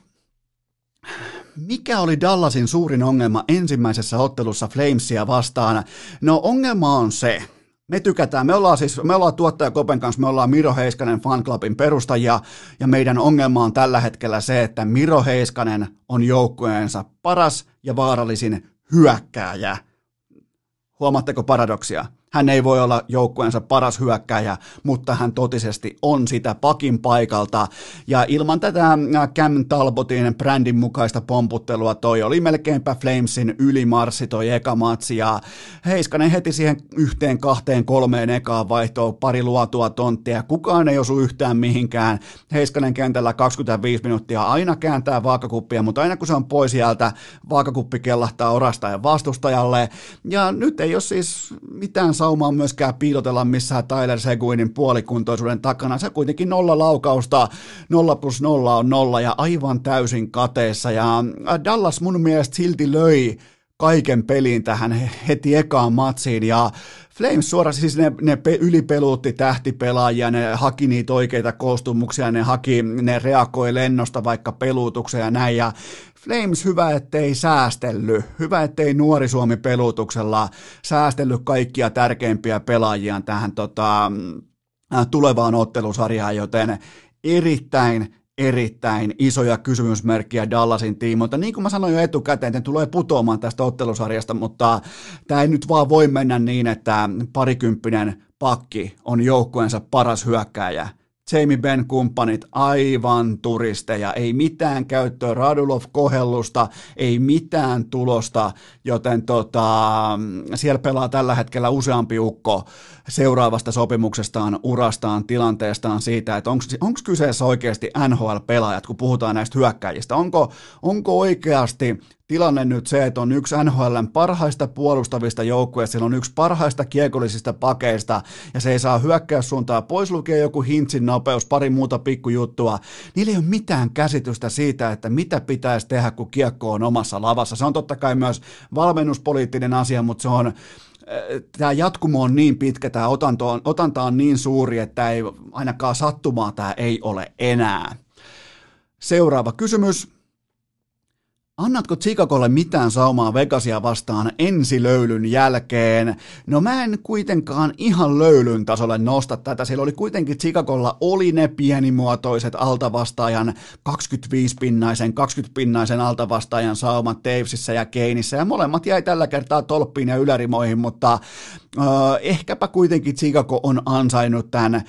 Mikä oli Dallasin suurin ongelma ensimmäisessä ottelussa Flamesia vastaan? No ongelma on se, me tykätään, me ollaan tuottaja Kopen kanssa, me ollaan Miro Heiskanen fanclubin perustajia, ja meidän ongelma on tällä hetkellä se, että Miro Heiskanen on joukkueensa paras ja vaarallisin hyökkääjä. Huomaatteko paradoksia? Hän ei voi olla joukkueensa paras hyökkääjä, mutta hän totisesti on sitä pakin paikalta. Ja ilman tätä Cam Talbotin brändin mukaista pomputtelua toi oli melkeinpä Flamesin ylimarssi toi eka matsi. Ja Heiskanen heti siihen 1, 2, 3 ekaan vaihtoon pari luotua tonttia. Kukaan ei osu yhtään mihinkään. Heiskanen kentällä 25 minuuttia aina kääntää vaakakuppia, mutta aina kun se on pois sieltä, vaakakuppi kellahtaa orastajan vastustajalle. Ja nyt ei ole siis mitään saumaa myöskään piilotella missään Tyler Seguinin puolikuntoisuuden takana. Se kuitenkin 0 laukausta, 0 + 0 on 0 ja aivan täysin kateessa. Ja Dallas mun mielestä silti löi kaiken peliin tähän heti ekaan matsiin, ja Flames suoraan, siis ne ylipeluutti tähtipelaajia, ne haki niitä oikeita koostumuksia, ne reagoi lennosta vaikka peluutukseen ja näin, ja Flames hyvä, ettei säästellyt, hyvä, ettei Nuori Suomi peluutuksella säästellyt kaikkia tärkeimpiä pelaajiaan tähän tulevaan ottelusarjaan, joten erittäin isoja kysymysmerkkiä Dallasin tiimoilta. Niin kuin mä sanoin jo etukäteen, ne tulee putoamaan tästä ottelusarjasta, mutta tämä ei nyt vaan voi mennä niin, että parikymppinen pakki on joukkueensa paras hyökkääjä. Jamie Benn kumppanit aivan turisteja, ei mitään käyttöä Radulov-kohellusta, ei mitään tulosta, joten siellä pelaa tällä hetkellä useampi ukko seuraavasta sopimuksestaan, urastaan, tilanteestaan siitä, että onko kyseessä oikeasti NHL-pelaajat, kun puhutaan näistä hyökkäjistä, onko oikeasti tilanne nyt se, että on yksi NHL:n parhaista puolustavista joukkueista, siellä on yksi parhaista kiekollisista pakeista, ja se ei saa hyökkäyssuuntaa pois lukea joku hintsin nopeus, pari muuta pikkujuttua. Niillä ei ole mitään käsitystä siitä, että mitä pitäisi tehdä, kun kiekko on omassa lavassa. Se on totta kai myös valmennuspoliittinen asia, mutta se on tämä jatkumo on niin pitkä, tämä otanta on niin suuri, että ei ainakaan sattumaa tämä ei ole enää. Seuraava kysymys. Annatko Chicagolle mitään saumaa Vegasia vastaan ensi löylyn jälkeen? No mä en kuitenkaan ihan löylyn tasolle nosta tätä. Siellä oli kuitenkin Chicagolla oli ne pienimuotoiset altavastaajan 25-pinnaisen, 20-pinnaisen altavastaajan saumat Davesissa ja Keinissä. Ja molemmat jäi tällä kertaa tolppiin ja ylärimoihin, mutta ehkäpä kuitenkin Chicago on ansainnut tämän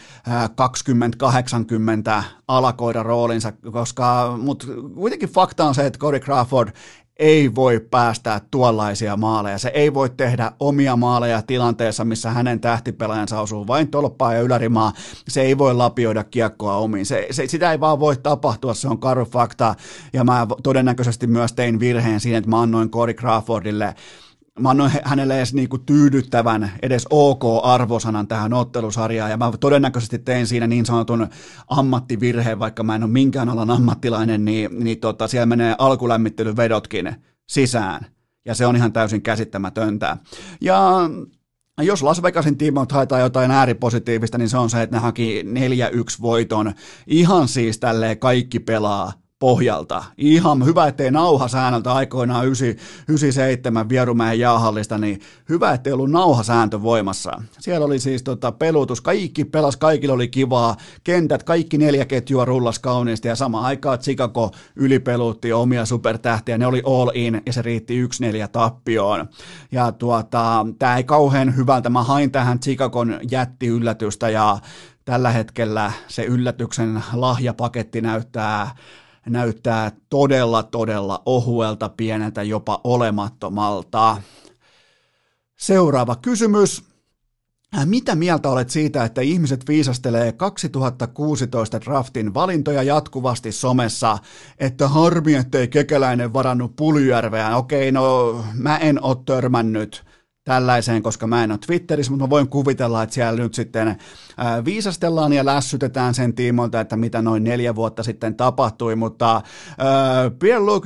20-80 alakoidan roolinsa, mutta kuitenkin fakta on se, että Cody Crawford ei voi päästää tuollaisia maaleja. Se ei voi tehdä omia maaleja tilanteessa, missä hänen tähtipelaajansa osuu vain tolppaa ja ylärimaa. Se ei voi lapioida kiekkoa omiin. Sitä ei vaan voi tapahtua, se on karu fakta. Ja mä todennäköisesti myös tein virheen siinä, että mä annoin Cody Crawfordille mä annoin hänelle edes niinku tyydyttävän, edes OK-arvosanan tähän ottelusarjaan, ja mä todennäköisesti tein siinä niin sanotun ammattivirheen, vaikka mä en ole minkään alan ammattilainen, niin siellä menee alkulämmittelyvedotkin sisään, ja se on ihan täysin käsittämätöntä. Ja jos Las Vegasin tiimoilta haetaan jotain ääripositiivista, niin se on se, että ne haki 4-1 voiton, ihan siis tälleen kaikki pelaa pohjalta. Ihan hyvä, ettei nauhasäännöltä aikoinaan 97 Vierumäen jäähallista, niin hyvä, ettei ollut nauhasääntö voimassa. Siellä oli siis pelutus, kaikki pelas, kaikilla oli kivaa, kentät, kaikki 4 ketjua rullas kauniisti, ja samaan aikaan Chicago ylipeluutti omia supertähtiä, ne oli all in, ja se riitti 1-4 tappioon. Ja tämä ei kauhean hyvältä, mä hain tähän Chicagon jättiyllätystä, ja tällä hetkellä se yllätyksen lahjapaketti näyttää todella ohuelta, pieneltä, jopa olemattomalta. Seuraava kysymys. Mitä mieltä olet siitä, että ihmiset viisastelee 2016 draftin valintoja jatkuvasti somessa, että harmi, ettei Kekäläinen varannut Puljujärveä? Okei, no mä en ole törmännyt tällaiseen, koska mä en ole Twitterissä, mutta mä voin kuvitella, että siellä nyt sitten viisastellaan ja lässytetään sen tiimoilta, että mitä noin 4 vuotta sitten tapahtui, mutta Pierre-Luc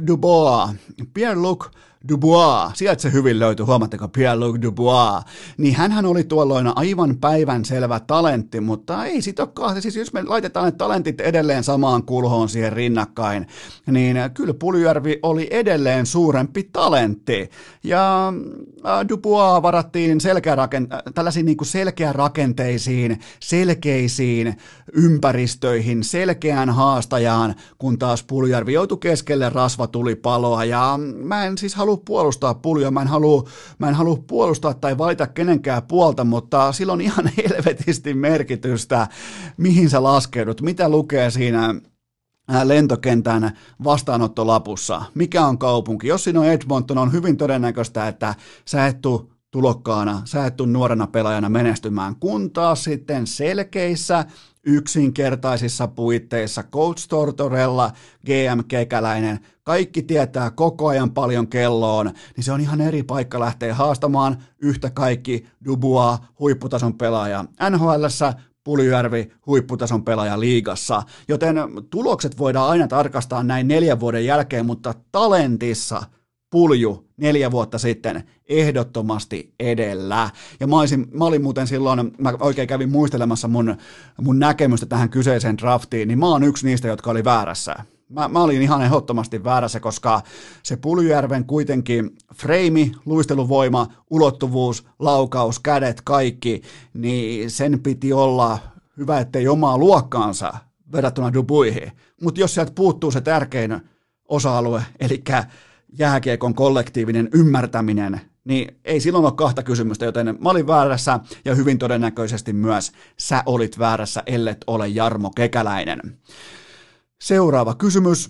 Dubois, sieltä se hyvin löytyi, huomatteko, Pierre-Luc Dubois, niin hänhän oli tuolloin aivan päivänselvä talentti, mutta ei sit ole kahta, siis jos me laitetaan ne talentit edelleen samaan kulhoon siihen rinnakkain, niin kyllä Puljujärvi oli edelleen suurempi talentti, ja Dubois varattiin tällaisiin niin kuin selkeärakenteisiin, selkeisiin ympäristöihin, selkeään haastajaan, kun taas Puljujärvi joutui keskelle rasvatulipaloa, ja mä en siis halua puolustaa Puljoa, mä en halua puolustaa tai valita kenenkään puolta, mutta sillä on ihan helvetisti merkitystä, mihin sä laskeudut, mitä lukee siinä lentokentän vastaanottolapussa, mikä on kaupunki. Jos siinä on Edmonton, on hyvin todennäköistä, että sä et tule tulokkaana, sä et tule nuorena pelaajana menestymään, kun taas sitten selkeissä, yksinkertaisissa puitteissa, Coach Tortorella, GM Kekäläinen, kaikki tietää koko ajan paljon kelloon, niin se on ihan eri paikka lähteä haastamaan yhtä kaikki Dubois, huipputason pelaaja NHL:ssä, Puljujärvi, huipputason pelaaja liigassa, joten tulokset voidaan aina tarkastaa näin 4 vuoden jälkeen, mutta talentissa pulju 4 vuotta sitten ehdottomasti edellä. Ja mä olin muuten silloin, mä oikein kävin muistelemassa mun näkemystä tähän kyseiseen draftiin, niin mä oon yksi niistä, jotka oli väärässä. Mä olin ihan ehdottomasti väärässä, koska se Puljujärven kuitenkin freimi, luisteluvoima, ulottuvuus, laukaus, kädet, kaikki, niin sen piti olla hyvä, ettei omaa luokkaansa verrattuna Dubuihin. Mutta jos sieltä puuttuu se tärkein osa-alue, eli jääkiekon kollektiivinen ymmärtäminen, niin ei silloin ole kahta kysymystä, joten mä olin väärässä ja hyvin todennäköisesti myös sä olit väärässä, ellet ole Jarmo Kekäläinen. Seuraava kysymys.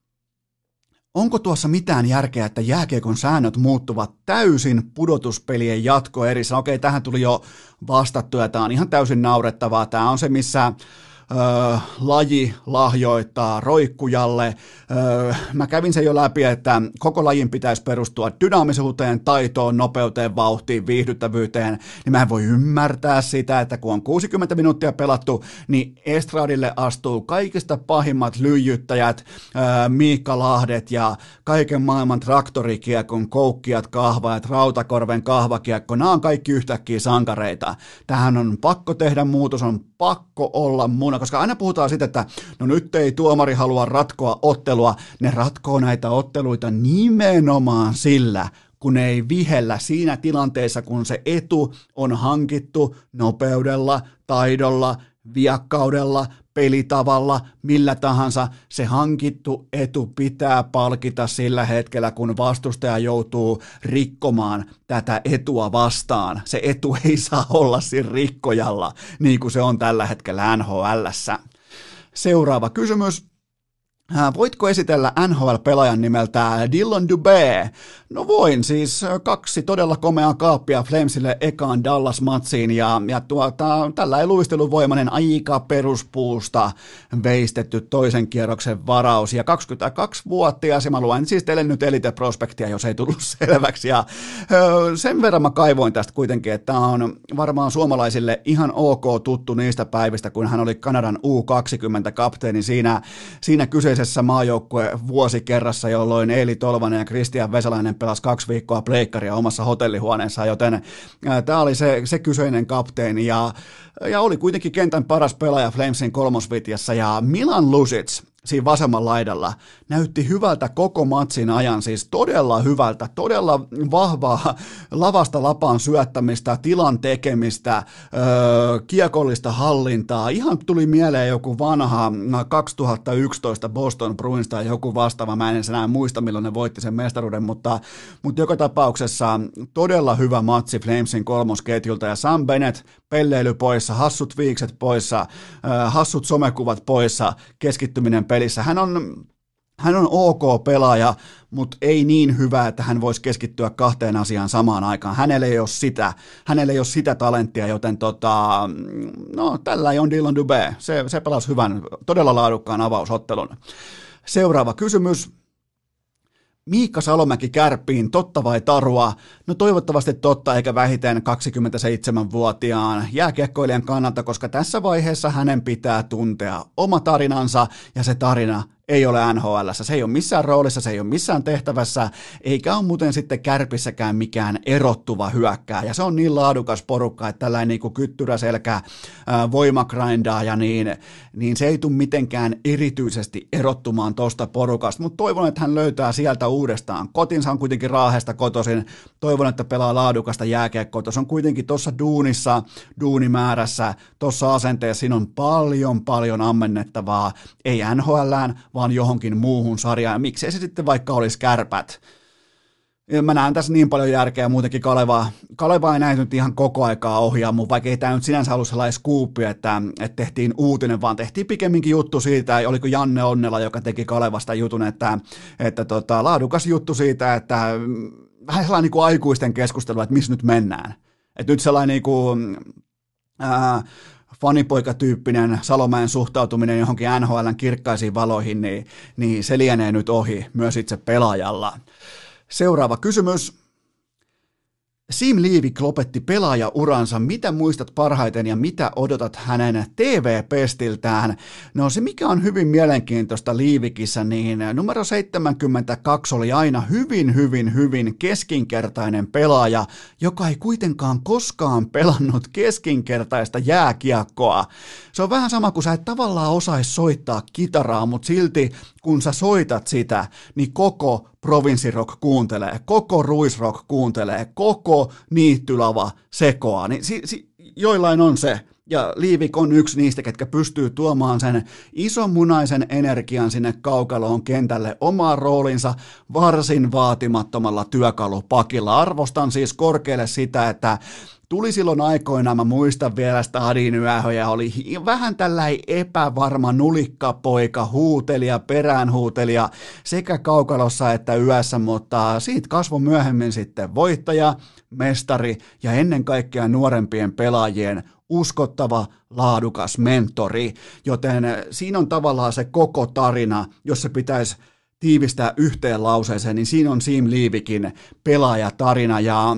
Onko tuossa mitään järkeä, että jääkiekon säännöt muuttuvat täysin pudotuspelien jatkoerissä? Okei, tähän tuli jo vastattu ja tämä on ihan täysin naurettavaa. Tämä on se, missä laji lahjoittaa roikkujalle. Mä kävin sen jo läpi, että koko lajin pitäisi perustua dynaamisuuteen, taitoon, nopeuteen, vauhtiin, viihdyttävyyteen, niin mä en voi ymmärtää sitä, että kun on 60 minuuttia pelattu, niin estradille astuu kaikista pahimmat lyijyttäjät, Miikka Lahdet ja kaiken maailman traktorikiekon koukkijat, kahvajat, Rautakorven kahvakiekko, nämä on kaikki yhtäkkiä sankareita. Tähän on pakko tehdä muutos, on pakko olla muna, koska aina puhutaan siitä, että no nyt ei tuomari halua ratkoa ottelua, ne ratkoo näitä otteluita nimenomaan sillä, kun ei vihellä siinä tilanteessa, kun se etu on hankittu nopeudella, taidolla, viakkaudella, pelitavalla, millä tahansa, se hankittu etu pitää palkita sillä hetkellä, kun vastustaja joutuu rikkomaan tätä etua vastaan. Se etu ei saa olla siinä rikkojalla, niin kuin se on tällä hetkellä NHL:ssä. Seuraava kysymys. Voitko esitellä NHL-pelaajan nimeltä Dillon Dubé? No voin, siis 2 todella komeaa kaappia Flamesille ekaan Dallas-matsiin ja tällä ei luisteluvoimainen aika peruspuusta veistetty toisen kierroksen varaus ja 22-vuotias ja mä luen siis teille nyt Elite-prospektia, jos ei tullut selväksi ja sen verran mä kaivoin tästä kuitenkin, että tämä on varmaan suomalaisille ihan ok tuttu niistä päivistä, kun hän oli Kanadan U20-kapteeni siinä kyseisessä maajoukkue vuosikerrassa, jolloin Eeli Tolvanen ja Kristian Vesalainen pelasi 2 viikkoa pleikkaria omassa hotellihuoneessa, joten tämä oli se kyseinen kapteeni ja oli kuitenkin kentän paras pelaaja Flamesin kolmosvitjassa ja Milan Lucic siinä vasemmalla laidalla näytti hyvältä koko matsin ajan, siis todella hyvältä, todella vahvaa lavasta lapaan syöttämistä, tilan tekemistä, kiekollista hallintaa. Ihan tuli mieleen joku vanha 2011 Boston Bruins tai joku vastaava, mä en enää muista milloin ne voitti sen mestaruuden, mutta joka tapauksessa todella hyvä matsi Flamesin kolmosketjulta ja Sam Bennett pelleily poissa, hassut viikset poissa, hassut somekuvat poissa, keskittyminen pelissä. Hän on ok pelaaja, mutta ei niin hyvä, että hän voisi keskittyä 2 asiaan samaan aikaan. Hänellä ei ole sitä talenttia, joten tällä on Dillon Dubé. Se pelasi hyvän, todella laadukkaan avausottelun. Seuraava kysymys. Miikka Salomäki Kärppiin, totta vai tarua? No toivottavasti totta, eikä vähiten 27-vuotiaan jääkiekkoilijan kannalta, koska tässä vaiheessa hänen pitää tuntea oma tarinansa, ja se tarina ei ole NHL:ssä. Se ei ole missään roolissa, se ei ole missään tehtävässä, eikä ole muuten sitten Kärpissäkään mikään erottuva hyökkää. Ja se on niin laadukas porukka, että tällainen niin kuin kyttyräselkä, voimagrindaaja, niin se ei tule mitenkään erityisesti erottumaan tuosta porukasta. Mutta toivon, että hän löytää sieltä uudestaan. Kotinsa on kuitenkin Raahesta kotoisin. Toivon, että pelaa laadukasta jääkiekkoa. Tuossa on kuitenkin tuossa duunissa, duunimäärässä, tuossa asenteessa siinä on paljon ammennettavaa. Ei NHL:ään, vaan johonkin muuhun sarjaan. Miksei se sitten vaikka olisi Kärpät? Mä näen tässä niin paljon järkeä muutenkin Kaleva ei näitä nyt ihan koko aikaa ohjaa, mutta vaikka ei tämä nyt sinänsä ollut sellainen skuuppi, että tehtiin uutinen, vaan tehtiin pikemminkin juttu siitä, oliko Janne Onnela, joka teki Kalevasta jutun, että laadukas juttu siitä, että vähän sellainen niin kuin aikuisten keskustelu, että missä nyt mennään. Että nyt sellainen niin kuin, fanipoikatyyppinen Salomäen suhtautuminen johonkin NHL:n kirkkaisiin valoihin, niin se lienee nyt ohi myös itse pelaajalla. Seuraava kysymys. Sim Liivik lopetti pelaajauransa. Mitä muistat parhaiten ja mitä odotat hänen TV-pestiltään? No se, mikä on hyvin mielenkiintoista Liivikissä, niin numero 72 oli aina hyvin keskinkertainen pelaaja, joka ei kuitenkaan koskaan pelannut keskinkertaista jääkiekkoa. Se on vähän sama kuin sä et tavallaan osaisi soittaa kitaraa, mutta silti kun sä soitat sitä, niin koko provinssirock kuuntelee, koko ruisrock kuuntelee, koko niittylava sekoaa, niin joillain on se. Ja Liivik on yksi niistä, ketkä pystyy tuomaan sen isonmunaisen energian sinne kaukaloon kentälle omaan roolinsa varsin vaatimattomalla työkalupakilla. Arvostan siis korkealle sitä, että tuli silloin aikoinaan, mä muistan vielä Stadin yöhöjä, oli vähän tällainen epävarma nulikkapoika, huutelija, peräänhuutelija sekä kaukalossa että yössä, mutta siitä kasvoi myöhemmin sitten voittaja, mestari ja ennen kaikkea nuorempien pelaajien uskottava, laadukas mentori, joten siinä on tavallaan se koko tarina, jos se pitäisi tiivistää yhteen lauseeseen, niin siinä on Sim Liivikin pelaajatarina ja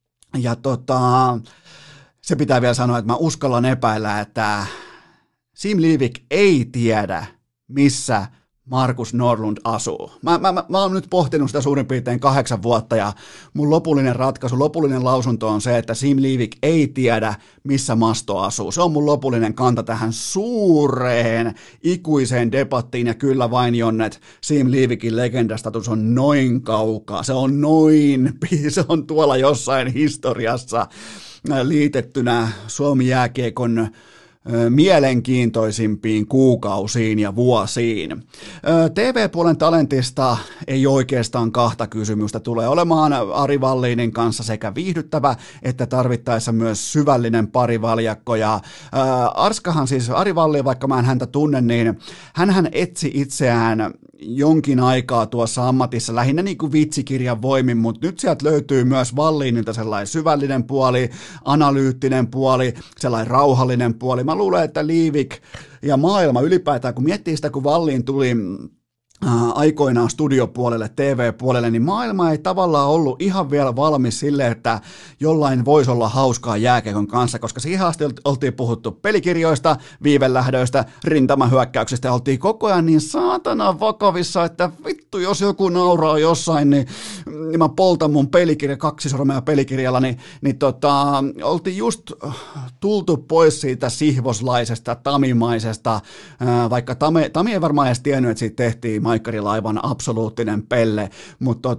se pitää vielä sanoa, että mä uskallan epäillä, että Sim Liivik ei tiedä, missä Markus Nordlund asuu. Mä oon nyt pohtinut sitä suurin piirtein 8 vuotta ja mun lopullinen ratkaisu, lopullinen lausunto on se, että Sim Liivik ei tiedä, missä Masto asuu. Se on mun lopullinen kanta tähän suureen ikuiseen debattiin ja kyllä vain Jonnet, Sim Liivikin legendastatus on noin kaukaa. Se on tuolla jossain historiassa liitettynä Suomi jääkiekon mielenkiintoisimpiin kuukausiin ja vuosiin. TV-puolen talentista ei oikeastaan kahta kysymystä. Tulee olemaan Ari Vallinin kanssa sekä viihdyttävä että tarvittaessa myös syvällinen parivaljakko. Ja Arskahan siis, Ari Vallin, vaikka mä en häntä tunne, niin hänhän etsi itseään jonkin aikaa tuossa ammatissa lähinnä niin kuin vitsikirjan voimin, mutta nyt sieltä löytyy myös Vallinilta sellainen syvällinen puoli, analyyttinen puoli, sellainen rauhallinen puoli. Mä luulen, että Liivik ja maailma ylipäätään, kun miettii sitä, kun Vallin tuli aikoinaan studiopuolelle, TV-puolelle, niin maailma ei tavallaan ollut ihan vielä valmis sille, että jollain voisi olla hauskaa jääkiekon kanssa, koska siihen asti oltiin puhuttu pelikirjoista, viivelähdöistä, rintamahyökkäyksistä, oltiin koko ajan niin saatana vakavissa, että vittu, jos joku nauraa jossain, niin mä poltan mun pelikirja, 2 sormea pelikirjalla, niin oltiin just tultu pois siitä sihvoslaisesta, tamimaisesta, vaikka Tami ei varmaan edes tiennyt, että siitä tehtiin Maikkarilla aivan absoluuttinen pelle, mutta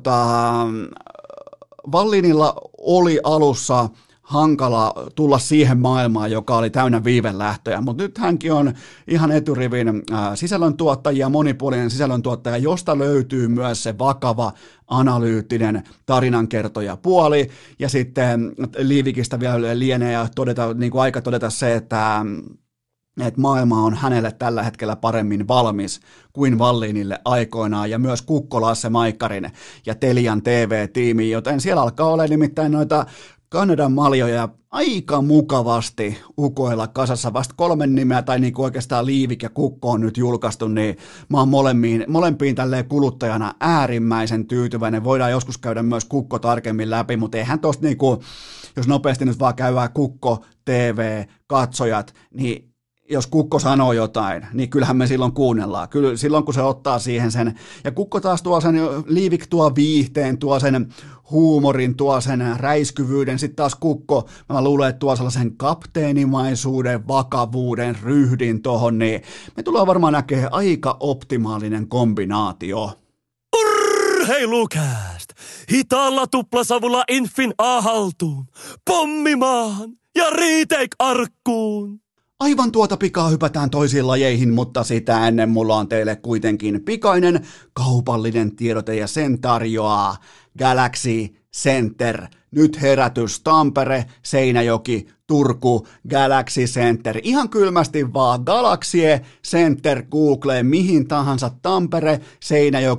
Vallinilla oli alussa hankala tulla siihen maailmaan, joka oli täynnä viivelähtöjä, mutta nyt hänkin on ihan eturivin sisällöntuottaja, monipuolinen sisällöntuottaja, josta löytyy myös se vakava, analyyttinen tarinankertoja puoli, ja sitten Liivikistä vielä lienee ja niin kuin aika todeta se, että maailma on hänelle tällä hetkellä paremmin valmis kuin Vallinille aikoinaan, ja myös Kukko, Lasse Maikkarin ja Telian TV-tiimi, joten siellä alkaa olla nimittäin noita Kanadan maljoja aika mukavasti ukoilla kasassa. Vasta 3 nimeä, tai niin kuin oikeastaan Liivik ja Kukko on nyt julkaistu, niin mä oon molempiin tälleen kuluttajana äärimmäisen tyytyväinen. Voidaan joskus käydä myös Kukko tarkemmin läpi, mutta eihän tosta niin kuin, jos nopeasti nyt vaan käydään Kukko, TV, katsojat, niin jos Kukko sanoo jotain, niin kyllähän me silloin kuunnellaan. Kyllä silloin, kun se ottaa siihen sen, ja Kukko taas tuo sen, Liivik tuo viihteen, tuo sen huumorin, tuo sen räiskyvyyden, sitten taas Kukko, mä luulen, että tuo sellaisen kapteenimaisuuden, vakavuuden, ryhdin tohon, niin me tullaan varmaan näkemään aika optimaalinen kombinaatio. Urheilukääst! Hitaalla tuplasavulla Infin A-haltuun, pommimaan ja retake-arkkuun! Aivan tuota pikaa hypätään toisiin lajeihin, mutta sitä ennen mulla on teille kuitenkin pikainen kaupallinen tiedote ja sen tarjoaa Galaxy Center. Nyt herätys Tampere, Seinäjoki, Turku, Galaxy Center. Ihan kylmästi vaan Galaxy Center Googleen mihin tahansa Tampere, Seinäjoki,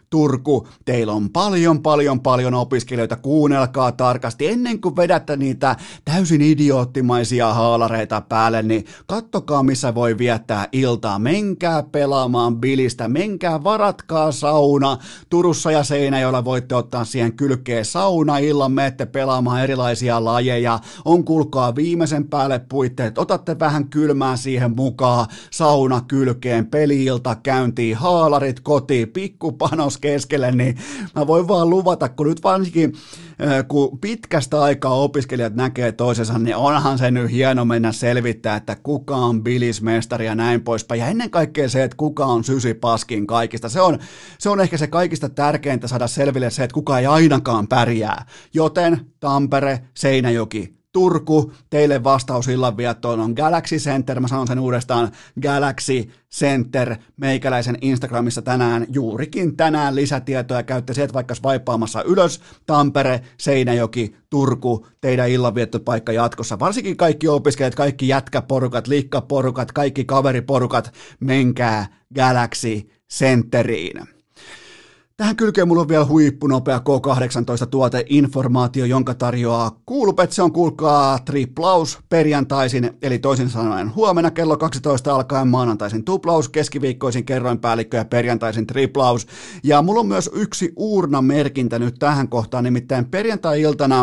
Turku, teillä on paljon opiskelijoita, kuunnelkaa tarkasti, ennen kuin vedätte niitä täysin idioottimaisia haalareita päälle, niin kattokaa missä voi viettää iltaa, menkää pelaamaan bilistä, menkää varatkaa sauna, Turussa ja Seinäjoella voitte ottaa siihen kylkeen saunaillan, menette pelaamaan erilaisia lajeja, on kuulkaa viimeisen päälle puitteet, otatte vähän kylmää siihen mukaan, sauna kylkeen, peli-ilta käyntiin, haalarit kotiin, pikkupanos keskelle, niin mä voin vaan luvata, kun nyt varsinkin kun pitkästä aikaa opiskelijat näkee toisensa, niin onhan se nyt hieno mennä selvittää, että kuka on bilismestari ja näin poispäin. Ja ennen kaikkea se, että kuka on Sysi Paskin kaikista. Se on ehkä se kaikista tärkeintä saada selville se, että kuka ei ainakaan pärjää. Joten Tampere, Seinäjoki, Turku, teille vastaus illanviettoon on Galaxy Center, mä sanon sen uudestaan, Galaxy Center, meikäläisen Instagramissa juurikin tänään lisätietoja, käytte sieltä vaikka swipeaamassa ylös, Tampere, Seinäjoki, Turku, teidän illanviettopaikka jatkossa, varsinkin kaikki opiskelijat, kaikki jätkäporukat, likkaporukat, kaikki kaveriporukat, menkää Galaxy Centeriin. Tähän kylkeen mulla on vielä huippunopea K18-tuoteinformaatio, jonka tarjoaa Coolbet. Se on kuulkaa triplaus perjantaisin, eli toisin sanoen huomenna kello 12 alkaen maanantaisin tuplaus, keskiviikkoisin kerroinpäällikkö ja perjantaisin triplaus. Ja mulla on myös yksi uurnamerkintä nyt tähän kohtaan, nimittäin perjantai-iltana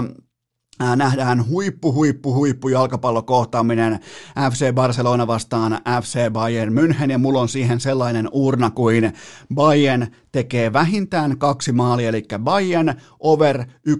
nähdään huippu jalkapallokohtaaminen FC Barcelona vastaan FC Bayern München, ja mulla on siihen sellainen urna kuin Bayern tekee vähintään 2 maalia, eli Bayern over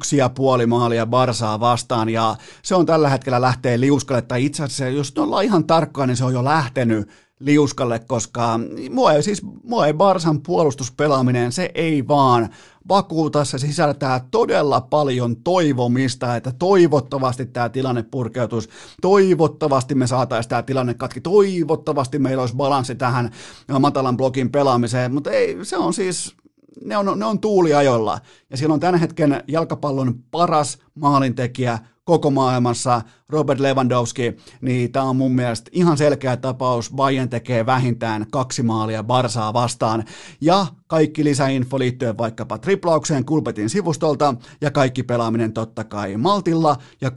1,5 maalia Barsaa vastaan, ja se on tällä hetkellä lähtee liuskalle, tai itse asiassa jos ollaan ihan tarkkaan, niin se on jo lähtenyt liuskalle, koska mua ei Barsan puolustuspelaaminen, se ei vaan vakuuta, se sisältää todella paljon toivomista, että toivottavasti tämä tilanne purkeutuisi, toivottavasti me saataisiin tämä tilanne katki, toivottavasti meillä olisi balanssi tähän matalan blokin pelaamiseen, mutta ei, se on siis, ne on tuuliajolla, ja siellä on tämän hetken jalkapallon paras maalintekijä koko maailmassa, Robert Lewandowski, niin tämä on mun mielestä ihan selkeä tapaus, Bayern tekee vähintään 2 maalia Barsaa vastaan, ja kaikki lisäinfo liittyen vaikkapa triplaukseen Coolbetin sivustolta, ja kaikki pelaaminen totta kai Maltilla ja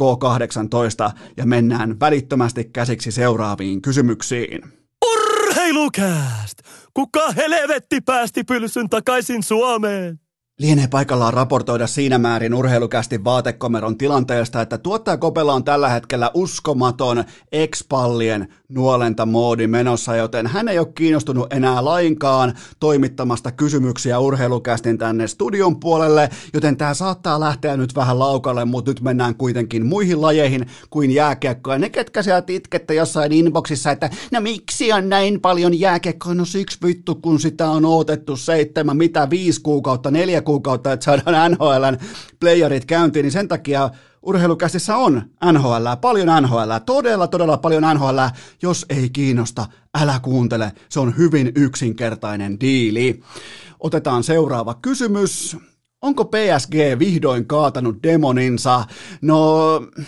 K18, ja mennään välittömästi käsiksi seuraaviin kysymyksiin. Urheilukääst! Kuka helvetti päästi pylsyn takaisin Suomeen? Lienee paikallaan raportoida siinä määrin urheilukästi vaatekomeron tilanteesta, että tuottaja Kopela on tällä hetkellä uskomaton ex-pallien nuolentamoodi menossa, joten hän ei ole kiinnostunut enää lainkaan toimittamasta kysymyksiä urheilukästin tänne studion puolelle, joten tämä saattaa lähteä nyt vähän laukalle, mutta nyt mennään kuitenkin muihin lajeihin kuin jääkiekkoa. Ne, ketkä sieltä itkette jossain inboxissa, että no miksi on näin paljon jääkiekkoa, no siksi vittu, kun sitä on odotettu 5 kuukautta, 4 kuukautta, että saadaan NHL:n playerit käyntiin, niin sen takia urheilukästissä on NHL, paljon NHL, todella paljon NHL. Jos ei kiinnosta, älä kuuntele, se on hyvin yksinkertainen diili. Otetaan seuraava kysymys. Onko PSG vihdoin kaatanut demoninsa? No,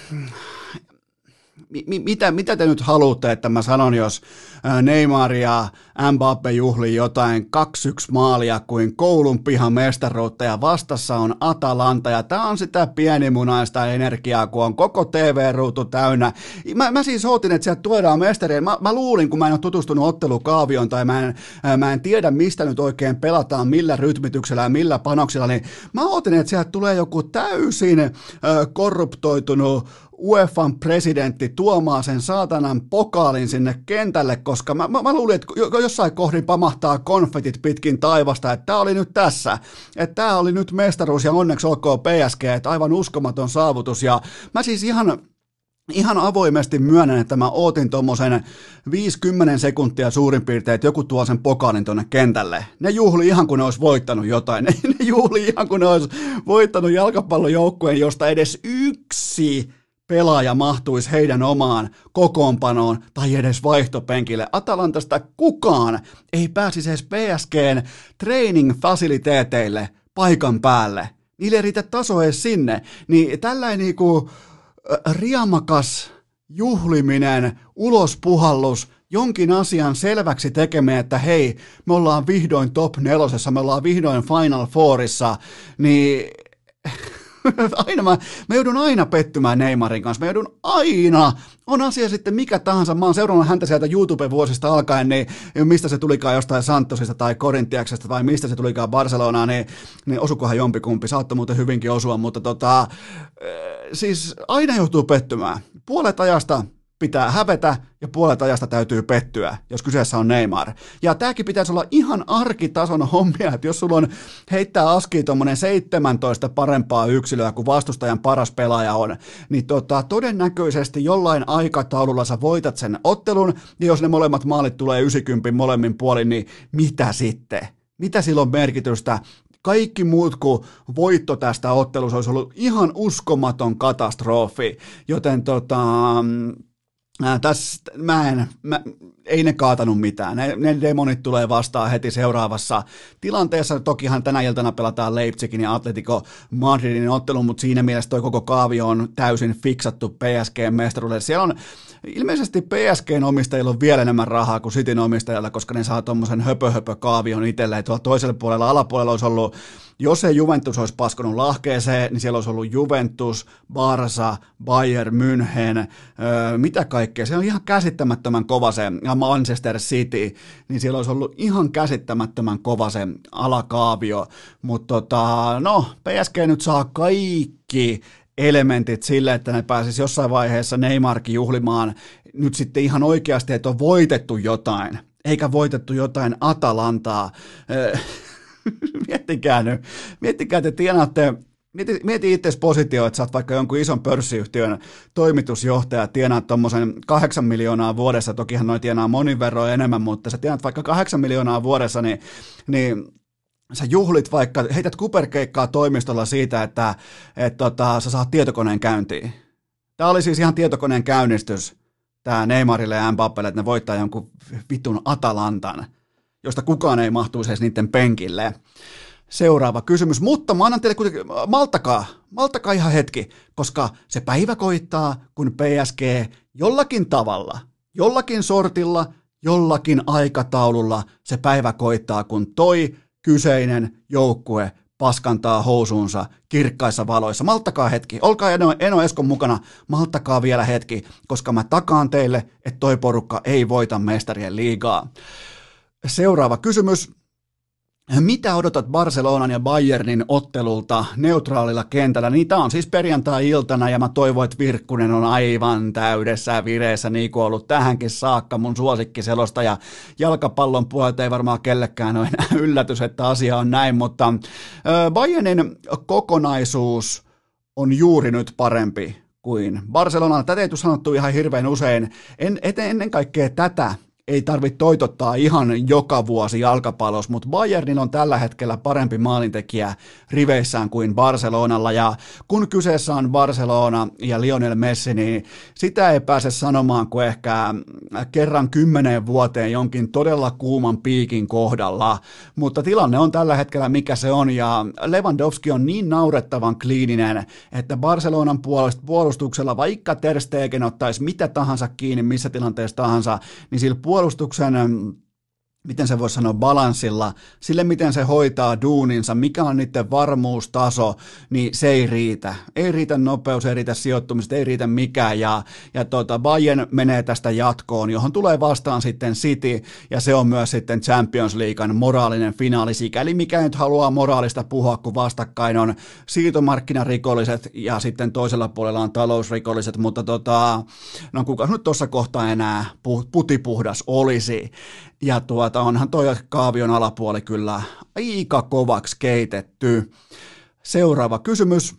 mitä te nyt haluatte, että mä sanon, jos Neymar ja Mbappe juhlii jotain 2-1 maalia kuin koulun pihan mestaruutta ja vastassa on Atalanta ja tää on sitä pienimunaista energiaa, kun on koko TV-ruutu täynnä. Mä siis ootin, että sieltä tuodaan mestaria. Mä luulin, kun mä en ole tutustunut ottelukaavioon tai mä en tiedä, mistä nyt oikein pelataan, millä rytmityksellä ja millä panoksilla, niin mä ootin, että sieltä tulee joku täysin korruptoitunut UEFAn presidentti tuomaan sen saatanan pokaalin sinne kentälle, koska mä luulin, että jossain kohdin pamahtaa konfetit pitkin taivasta, että tää oli nyt tässä, että tää oli nyt mestaruus ja onneksi olkoon PSG, että aivan uskomaton saavutus, ja mä siis ihan avoimesti myönnän, että mä ootin tommosen 50 sekuntia suurin piirtein, että joku tuo sen pokaalin tonne kentälle. Ne juhli ihan kuin ne olisi voittanut jotain. Ne juhli ihan kuin ne olisi voittanut jalkapallojoukkueen, josta edes yksi pelaaja mahtuisi heidän omaan kokoonpanoon tai edes vaihtopenkille. Atalantasta kukaan ei pääsisi edes PSGn training-fasiliteeteille paikan päälle. Niille ei riitä taso edes sinne. Niin tällainen niinku riamakas juhliminen, ulospuhallus, jonkin asian selväksi tekeminen, että hei, me ollaan vihdoin top 4, me ollaan vihdoin Final Fourissa, niin mä joudun aina pettymään Neymarin kanssa, mä joudun aina, on asia sitten mikä tahansa, mä oon seurannut häntä sieltä YouTube-vuosista alkaen, niin mistä se tulikaan jostain Santosista tai Korinthiaksesta vai mistä se tulikaan Barcelonaan, niin osukohan jompikumpi, saattoi muuten hyvinkin osua, mutta siis aina joutuu pettymään, puolet ajasta pitää hävetä ja puolet ajasta täytyy pettyä, jos kyseessä on Neymar. Ja tääkin pitäisi olla ihan arkitason hommia, että jos sulla on heittää askiin tommonen 17 parempaa yksilöä kuin vastustajan paras pelaaja on, niin todennäköisesti jollain aikataululla sä voitat sen ottelun, ja jos ne molemmat maalit tulee 90 molemmin puolin, niin mitä sitten? Mitä sillä on merkitystä? Kaikki muut kuin voitto tästä ottelussa olisi ollut ihan uskomaton katastrofi, joten ei ne kaatanut mitään. Ne demonit tulee vastaan heti seuraavassa tilanteessa. Tokihan tänä iltana pelataan Leipzigin ja Atletico Madridin ottelu, mutta siinä mielessä toi koko kaavio on täysin fiksattu PSG-mestaruudelle. Siellä on ilmeisesti PSGn omistajilla on vielä enemmän rahaa kuin Cityn omistajilla, koska ne saa tommosen höpö-höpö-kaavion itselleen. Tuolla toisella puolella, alapuolella olisi ollut, jos ei Juventus olisi paskonut lahkeeseen, niin siellä olisi ollut Juventus, Barça, Bayern München, mitä kaikkea. Se on ihan käsittämättömän kova se, ja Manchester City, niin siellä olisi ollut ihan käsittämättömän kova se alakaavio. Mutta PSG nyt saa kaikki elementit sille, että ne pääsis jossain vaiheessa Neymarkin juhlimaan nyt sitten ihan oikeasti, että on voitettu jotain, eikä voitettu jotain Atalantaa. Miettikää, te tienaatte, mieti itse positio, että sä oot vaikka jonkun ison pörssiyhtiön toimitusjohtaja, tienaat tommosen 8 miljoonaa vuodessa, tokihan noi tienaa monin verroin enemmän, mutta sä tienaat vaikka 8 miljoonaa vuodessa, niin sä juhlit vaikka, heität kuperkeikkaa toimistolla siitä, että sä saat tietokoneen käyntiin. Tää oli siis ihan tietokoneen käynnistys, tää Neymarille ja Mbappelle, että ne voittaa jonkun vitun Atalantan, josta kukaan ei mahtuisi edes niiden penkille. Seuraava kysymys, mutta mä annan teille kuitenkin, malttakaa ihan hetki, koska se päivä koittaa, kun PSG jollakin tavalla, jollakin sortilla, jollakin aikataululla se päivä koittaa, kun toi kyseinen joukkue paskantaa housuunsa kirkkaissa valoissa. Malttakaa hetki, olkaa Eno Eskon mukana, malttakaa vielä hetki, koska mä takaan teille, että toi porukka ei voita mestarien liigaa. Seuraava kysymys. Mitä odotat Barcelonan ja Bayernin ottelulta neutraalilla kentällä? Niitä on siis perjantai-iltana ja mä toivon, että Virkkunen on aivan täydessä vireessä niin kuin ollut tähänkin saakka mun suosikkiselostaja. Jalkapallon puolelta ei varmaan kellekään ole enää yllätys, että asia on näin, mutta Bayernin kokonaisuus on juuri nyt parempi kuin Barcelona. Tätä ei tule sanottu ihan hirveän usein. Ennen kaikkea tätä ei tarvitse toitottaa ihan joka vuosi jalkapallossa, mutta Bayernilla on tällä hetkellä parempi maalintekijä riveissään kuin Barcelonalla, ja kun kyseessä on Barcelona ja Lionel Messi, niin sitä ei pääse sanomaan kuin ehkä kerran 10 vuoteen jonkin todella kuuman piikin kohdalla, mutta tilanne on tällä hetkellä mikä se on, ja Lewandowski on niin naurettavan kliininen, että Barcelonan puolustuksella, vaikka Ter Stegen ottaisi mitä tahansa kiinni, missä tilanteessa tahansa, niin sillä puolustuksen, miten se voisi sanoa, balanssilla, sille miten se hoitaa duuninsa, mikä on niiden varmuustaso, niin se ei riitä. Ei riitä nopeus, ei riitä sijoittumista, ei riitä mikään, ja Bayern menee tästä jatkoon, johon tulee vastaan sitten City, ja se on myös sitten Champions Leaguean moraalinen finaali, sikäli mikä nyt haluaa moraalista puhua, kun vastakkain on siirtomarkkinarikolliset, ja sitten toisella puolella on talousrikolliset, mutta no kukas nyt tuossa kohtaa enää putipuhdas olisi. Ja onhan toi kaavion alapuoli kyllä aika kovaksi keitetty. Seuraava kysymys.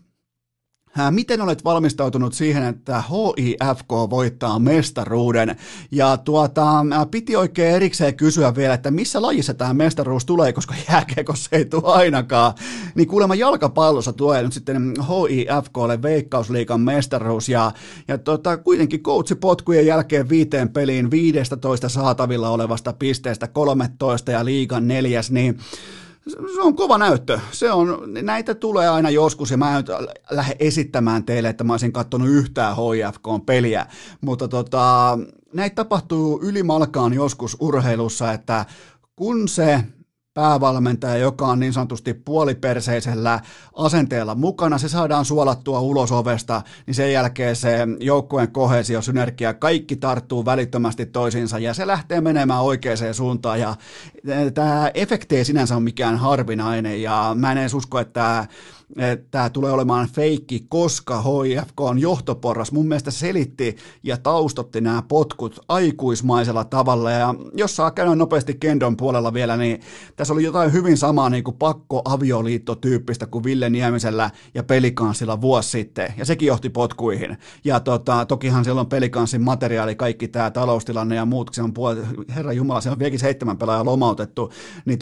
Miten olet valmistautunut siihen, että HIFK voittaa mestaruuden? Ja piti oikein erikseen kysyä vielä, että missä lajissa tämä mestaruus tulee, koska jääkiekossa ei tule ainakaan. Niin kuulemma jalkapallossa tulee nyt sitten HIFKlle Veikkausliigan mestaruus. Ja kuitenkin coachipotkujen jälkeen 5 peliin 15 saatavilla olevasta pisteestä 13 ja liigan 4, niin Se on kova näyttö. Näitä tulee aina joskus, ja mä en lähde esittämään teille, että mä olisin katsonut yhtään HIFK-peliä, mutta näitä tapahtuu ylimalkaan joskus urheilussa, että kun se päävalmentaja, joka on niin sanotusti puoliperseisellä asenteella mukana, se saadaan suolattua ulos ovesta, niin sen jälkeen se joukkueen koheesio, synergia, kaikki tarttuu välittömästi toisiinsa ja se lähtee menemään oikeaan suuntaan ja tämä efekti ei sinänsä ole mikään harvinainen ja mä en edes usko, että tämä tulee olemaan feikki, koska HIFK on johtoporras. Mun mielestä selitti ja taustotti nämä potkut aikuismaisella tavalla. Ja jos saa käydä nopeasti Kendon puolella vielä, niin tässä oli jotain hyvin samaa niin kuin pakko-avioliittotyyppistä kuin Ville Niemisellä ja Pelikanssilla vuosi sitten. Ja sekin johti potkuihin. Ja tokihan siellä on Pelikanssin materiaali, kaikki tämä taloustilanne ja muut. Se on Herra Jumala, se on vieläkin 7 pelaajaa lomautettu. Niin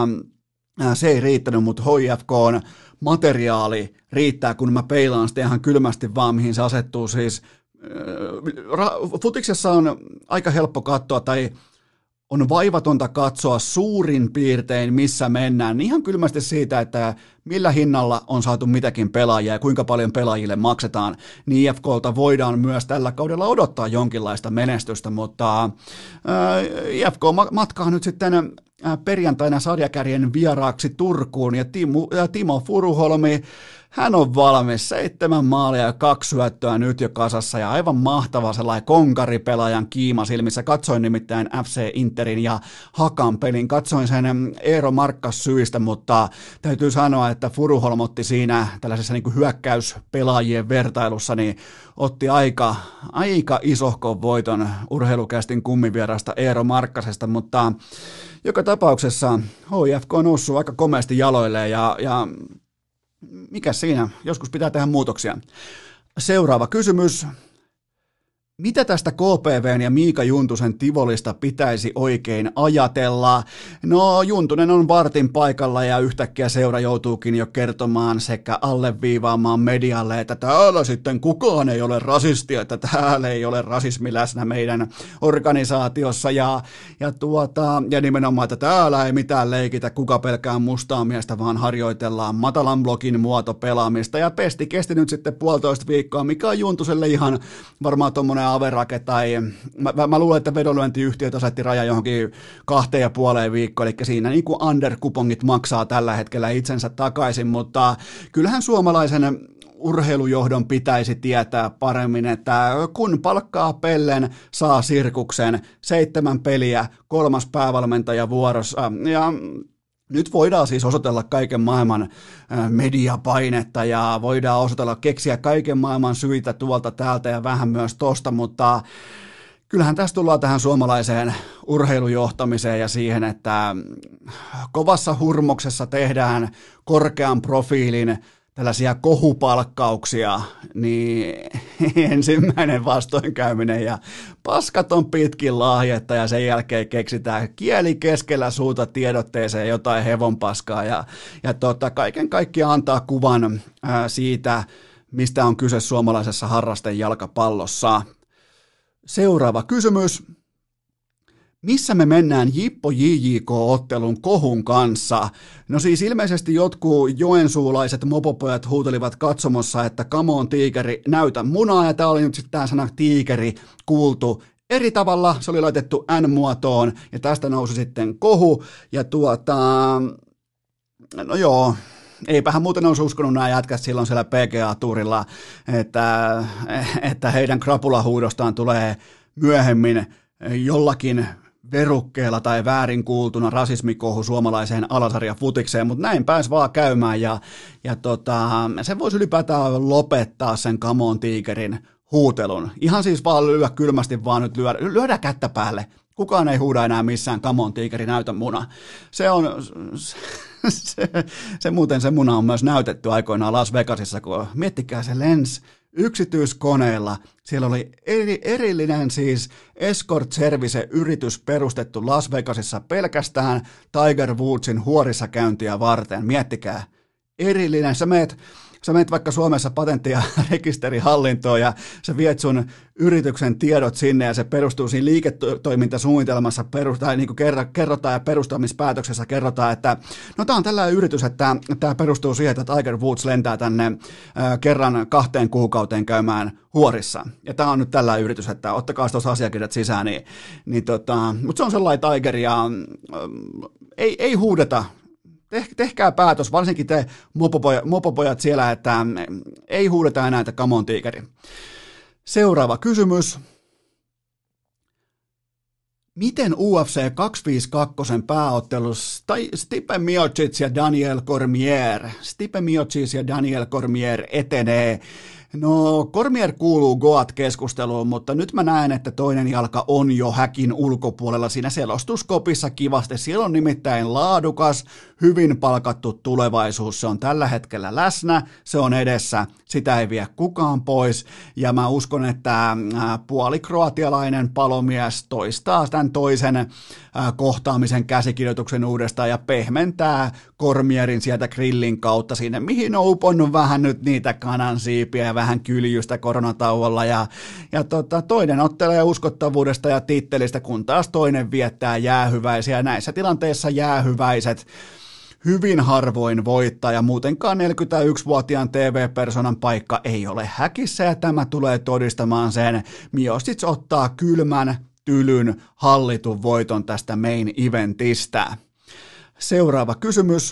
se ei riittänyt, mutta HIFK on materiaali riittää, kun mä peilaan sitä ihan kylmästi vaan, mihin se asettuu. Siis futiksessa on aika helppo katsoa, tai on vaivatonta katsoa suurin piirtein, missä mennään, niin ihan kylmästi siitä, että millä hinnalla on saatu mitäkin pelaajia ja kuinka paljon pelaajille maksetaan, niin IFK:lta voidaan myös tällä kaudella odottaa jonkinlaista menestystä, mutta IFK matkaa nyt sitten perjantaina sarjakärjen vieraaksi Turkuun ja Timo Furuholmi, hän on valmis, 7 maalia ja 2 syöttöä nyt jo kasassa ja aivan mahtava sellainen konkaripelaajan kiima silmissä. Katsoin nimittäin FC Interin ja Hakan pelin, katsoin sen Eero Markkas syistä, mutta täytyy sanoa, että Furuholm otti siinä tällaisessa niin kuin hyökkäyspelaajien vertailussa, niin otti aika isohkon voiton urheilukästin kummivierasta Eero Markkasesta, mutta joka tapauksessa HIFK on noussut aika komeasti jaloilleen ja mikä siinä? Joskus pitää tehdä muutoksia. Seuraava kysymys. Mitä tästä KPVn ja Miika Juntusen Tivolista pitäisi oikein ajatella? No, Juntunen on vartin paikalla ja yhtäkkiä seura joutuukin jo kertomaan sekä alleviivaamaan medialle, että täällä sitten kukaan ei ole rasisti, että täällä ei ole rasismi läsnä meidän organisaatiossa ja nimenomaan, että täällä ei mitään leikitä, kuka pelkää mustaa miestä, vaan harjoitellaan matalan blokin muotopelaamista ja pesti kesti nyt sitten 1,5 viikkoa, mikä on Juntuselle ihan varmaan tommonen averake tai mä luulen, että vedonlyöntiyhtiöt asetti raja johonkin 2,5 viikkoa, eli siinä niin kuin underkupongit maksaa tällä hetkellä itsensä takaisin, mutta kyllähän suomalaisen urheilujohdon pitäisi tietää paremmin, että kun palkkaa Pellen, saa sirkuksen, 7 peliä, 3. päävalmentaja vuorossa ja nyt voidaan siis osoitella kaiken maailman mediapainetta ja voidaan keksiä kaiken maailman syitä tuolta täältä ja vähän myös tosta, mutta kyllähän tässä tullaan tähän suomalaiseen urheilujohtamiseen ja siihen, että kovassa hurmoksessa tehdään korkean profiilin tällaisia kohupalkkauksia, niin ensimmäinen vastoinkäyminen ja paskat on pitkin lahjetta ja sen jälkeen keksitään kieli keskellä suuta tiedotteeseen jotain hevonpaskaa ja kaiken kaikkiaan antaa kuvan siitä, mistä on kyse suomalaisessa harrastejalkapallossa. Seuraava kysymys. Missä me mennään Jippo JJK-ottelun kohun kanssa? No siis ilmeisesti jotkut joensuulaiset mopopojat huutelivat katsomossa, että come on tiikeri, näytä munaa, ja tämä oli nyt sitten tämä sana tiikeri kuultu eri tavalla, se oli laitettu N-muotoon, ja tästä nousi sitten kohu, ja no joo, eipähän muuten olisi uskonut nämä jätkät silloin siellä PGA-tuurilla, että heidän krapulahuudostaan tulee myöhemmin jollakin verukkeella tai väärin kuultuna rasismikohu suomalaiseen alasarjafutikseen, mutta näin pääsi vaan käymään ja se voisi ylipäätään lopettaa sen come on tiikerin huutelun. Ihan siis vaan lyödä kylmästi vaan nyt lyödä kättä päälle. Kukaan ei huuda enää missään come on tiikeri, näytä muna. Se muuten se muna on myös näytetty aikoinaan Las Vegasissa, kun miettikää se lens yksityiskoneella. Siellä oli erillinen siis escort service-yritys perustettu Las Vegasissa pelkästään Tiger Woodsin huorissa käyntiä varten. Miettikää, erillinen. Sä meet sä menet vaikka Suomessa patentti- ja rekisterihallintoon ja sä viet sun yrityksen tiedot sinne ja se perustuu siinä liiketoimintasuunnitelmassa tai niin kuin kerrotaan ja perustamispäätöksessä kerrotaan, että no tää on tällainen yritys, että tämä perustuu siihen, että Tiger Woods lentää tänne kerran 2 kuukauteen käymään huorissa. Ja tämä on nyt tällainen yritys, että ottakaa tuossa asiakirjat sisään, mutta se on sellainen Tiger ja ei huudeta. Tehkää päätös, varsinkin te mopopojat siellä, että ei huudeta enää, että come on Tigeri. Seuraava kysymys. Miten UFC 252 pääottelussa Stipe Miocic ja Daniel Cormier etenee? No, Cormier kuuluu Goat-keskusteluun, mutta nyt mä näen, että toinen jalka on jo häkin ulkopuolella siinä selostuskopissa kivasti. Siellä on nimittäin laadukas, hyvin palkattu tulevaisuus. Se on tällä hetkellä läsnä, se on edessä, sitä ei vie kukaan pois. Ja mä uskon, että puolikroatialainen palomies toistaa tämän toisen kohtaamisen käsikirjoituksen uudestaan ja pehmentää Cormierin sieltä grillin kautta sinne, mihin on uponnut vähän nyt niitä kanansiipiä ja vähän kyljystä koronatauolla. Ja toinen ottelee uskottavuudesta ja tittelistä, kun taas toinen viettää jäähyväisiä. Näissä tilanteissa jäähyväiset hyvin harvoin voittaa ja muutenkaan 41-vuotiaan TV-persoonan paikka ei ole häkissä ja tämä tulee todistamaan sen. Miocic ottaa kylmän, tylyn, hallitun voiton tästä main eventistä. Seuraava kysymys.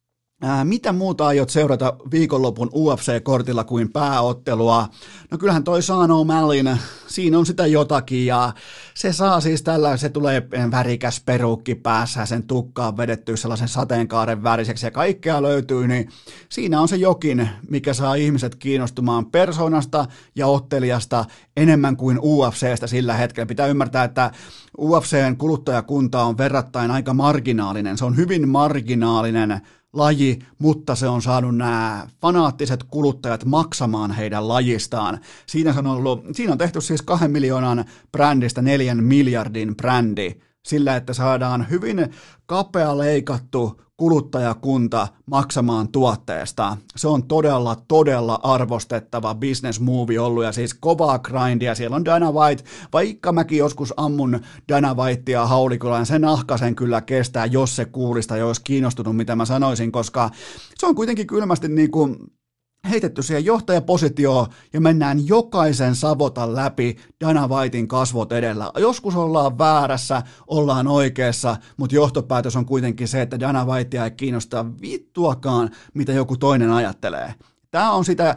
Mitä muuta aiot seurata viikonlopun UFC-kortilla kuin pääottelua? No kyllähän toi Sean O'Malley, siinä on sitä jotakin ja se saa siis se tulee värikäs perukki päässä ja sen tukkaan vedettyä sellaisen sateenkaaren väriseksi ja kaikkea löytyy, niin siinä on se jokin, mikä saa ihmiset kiinnostumaan persoonasta ja ottelijasta enemmän kuin UFCstä sillä hetkellä. Pitää ymmärtää, että UFCn kuluttajakunta on verrattain aika marginaalinen, se on hyvin marginaalinen laji, mutta se on saanut nämä fanaattiset kuluttajat maksamaan heidän lajistaan. Siinä on tehty siis 2 miljoonan brändistä 4 miljardin brändi sillä, että saadaan hyvin kapea leikattu kuluttajakunta maksamaan tuotteesta. Se on todella arvostettava business move ollut ja siis kovaa grindia. Siellä on Dana White, vaikka mäkin joskus ammun Dana Whitea haulikolla, sen nahkasen kyllä kestää, jos se kuulista ja olisi kiinnostunut, mitä mä sanoisin, koska se on kuitenkin kylmästi niin kuin heitetty siihen johtajapositioon ja mennään jokaisen savotan läpi Dana Whitein kasvot edellä. Joskus ollaan väärässä, ollaan oikeassa, mutta johtopäätös on kuitenkin se, että Dana Whitea ei kiinnosta vittuakaan, mitä joku toinen ajattelee. Tämä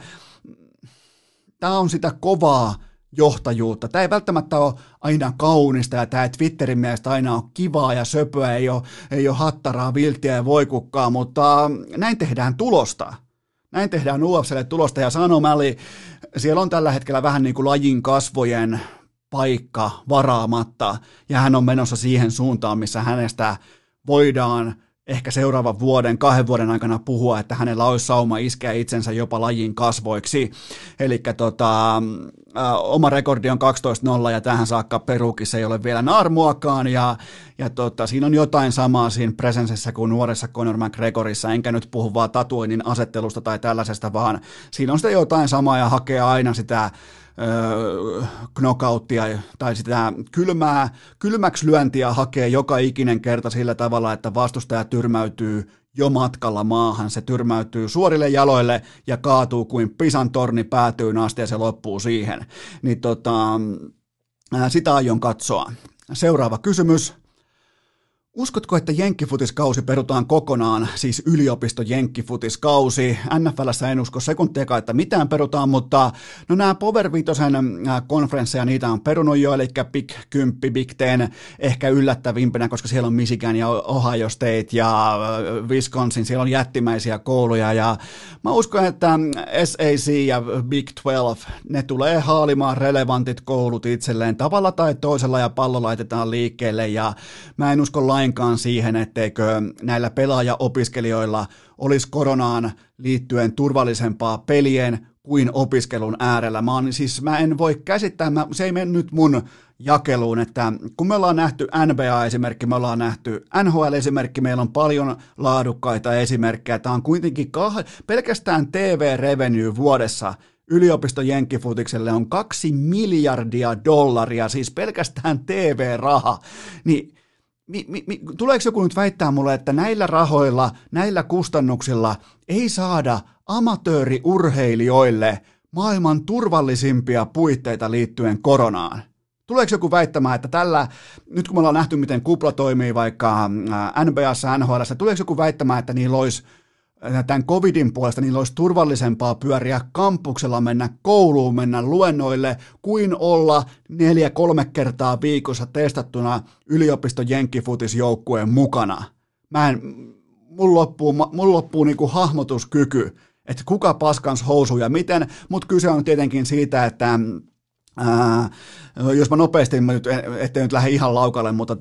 on sitä kovaa johtajuutta. Tämä ei välttämättä ole aina kaunista ja tämä Twitterin mielestä aina on kivaa ja söpöä, ei ole hattaraa, viltiä ja voikukkaa, mutta näin tehdään tulosta. Näin tehdään UFClle tulosta ja Sean O'Malley, siellä on tällä hetkellä vähän niin kuin lajin kasvojen paikka varaamatta ja hän on menossa siihen suuntaan, missä hänestä voidaan ehkä seuraavan 2 vuoden aikana puhua, että hänellä olisi sauma iskeä itsensä jopa lajin kasvoiksi. Eli oma rekordi on 12-0 ja tähän saakka perukissa ei ole vielä naarmuakaan ja siinä on jotain samaa siinä presensessä kuin nuoressa Conor McGregorissa, enkä nyt puhu vaan tatuoinnin asettelusta tai tällaisesta, vaan siinä on sitä jotain samaa ja hakee aina sitä knockouttia tai sitä kylmäksi lyöntiä hakee joka ikinen kerta sillä tavalla, että vastustaja tyrmäytyy jo matkalla maahan, se tyrmäytyy suorille jaloille ja kaatuu kuin Pisan torni päätyyn asti ja se loppuu siihen. Niin sitä aion katsoa. Seuraava kysymys. Uskotko, että jenkkifutiskausi perutaan kokonaan, siis yliopisto-jenkkifutiskausi? NFL:ssä en usko sekuntiakaan, että mitään perutaan, mutta no nämä Power Vitosen konferensseja, niitä on perunut jo, eli Big 10, Big 10, ehkä yllättävimpänä, koska siellä on Michigan ja Ohio State ja Wisconsin, siellä on jättimäisiä kouluja, ja mä uskon, että SAC ja Big 12, ne tulee haalimaan relevantit koulut itselleen tavalla tai toisella, ja pallo laitetaan liikkeelle, ja mä en usko lainkaan siihen, etteikö näillä pelaajaopiskelijoilla olisi koronaan liittyen turvallisempaa pelien, kuin opiskelun äärellä. Mä en voi käsittää, se ei mene nyt mun jakeluun, että kun me ollaan nähty NBA-esimerkki, me ollaan nähty NHL-esimerkki, meillä on paljon laadukkaita esimerkkejä, tämä on kuitenkin pelkästään TV-revenue vuodessa yliopiston jenkkifutikselle on $2 miljardia, siis pelkästään TV-raha, niin tuleeko joku nyt väittää mulle, että näillä rahoilla, näillä kustannuksilla ei saada amatööriurheilijoille maailman turvallisimpia puitteita liittyen koronaan? Tuleeko joku väittämään, että nyt kun me ollaan nähty, miten kupla toimii vaikka NBA:ssa, NHL:ssä, tuleeko joku väittämään, että niillä olisi tämän covidin puolesta niillä olisi turvallisempaa pyöriä kampuksella, mennä kouluun, mennä luennoille, kuin olla 4-3 kertaa viikossa testattuna yliopiston jenkkifutisjoukkueen mukana. Mun loppuu niinku hahmotuskyky, että kuka paskans housuja miten, mutta kyse on tietenkin siitä, että jos mä nopeasti, ettei nyt lähde ihan laukalle, mutta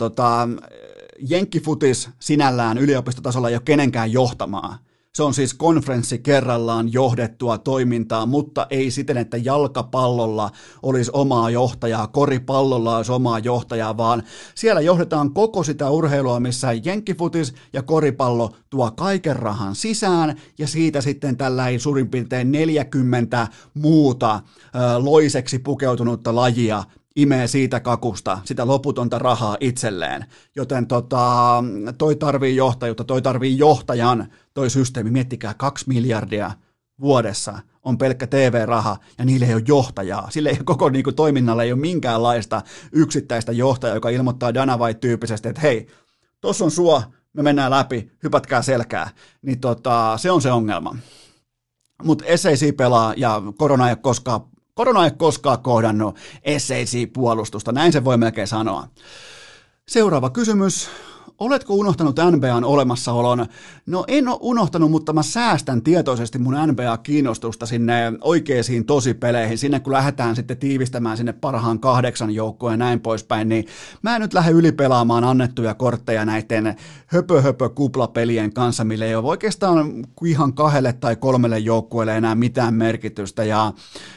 jenkkifutis sinällään yliopistotasolla ei ole kenenkään johtamaa. Se on siis konferenssi kerrallaan johdettua toimintaa, mutta ei siten, että jalkapallolla olisi omaa johtajaa, koripallolla olisi omaa johtajaa, vaan siellä johdetaan koko sitä urheilua, missä jenkkifutis ja koripallo tuo kaiken rahan sisään, ja siitä sitten tällä ei suurin piirtein 40 muuta loiseksi pukeutunutta lajia imee siitä kakusta, sitä loputonta rahaa itselleen, joten toi tarvii johtajuutta, toi tarvii johtajan, toi systeemi, miettikää 2 miljardia vuodessa on pelkkä TV-raha ja niille ei ole johtajaa, sille ei koko niin kuin, toiminnalle ei ole minkäänlaista yksittäistä johtajaa, joka ilmoittaa Dana White-tyyppisesti, että hei, tossa on sua, me mennään läpi, hypätkää selkää, niin se on se ongelma. Mutta SAC pelaa ja korona ei ole koskaan kohdannut SAC-puolustusta, näin se voi melkein sanoa. Seuraava kysymys. Oletko unohtanut NBAn olemassaolon? No en ole unohtanut, mutta mä säästän tietoisesti mun NBA-kiinnostusta sinne oikeisiin tosipeleihin, sinne kun lähdetään sitten tiivistämään sinne parhaan 8 joukkoon ja näin poispäin, niin mä en nyt lähde ylipelaamaan annettuja kortteja näiden höpö-kuplapelien kanssa, mille ei ole oikeastaan ihan 2 tai 3 joukkueelle enää mitään merkitystä, ja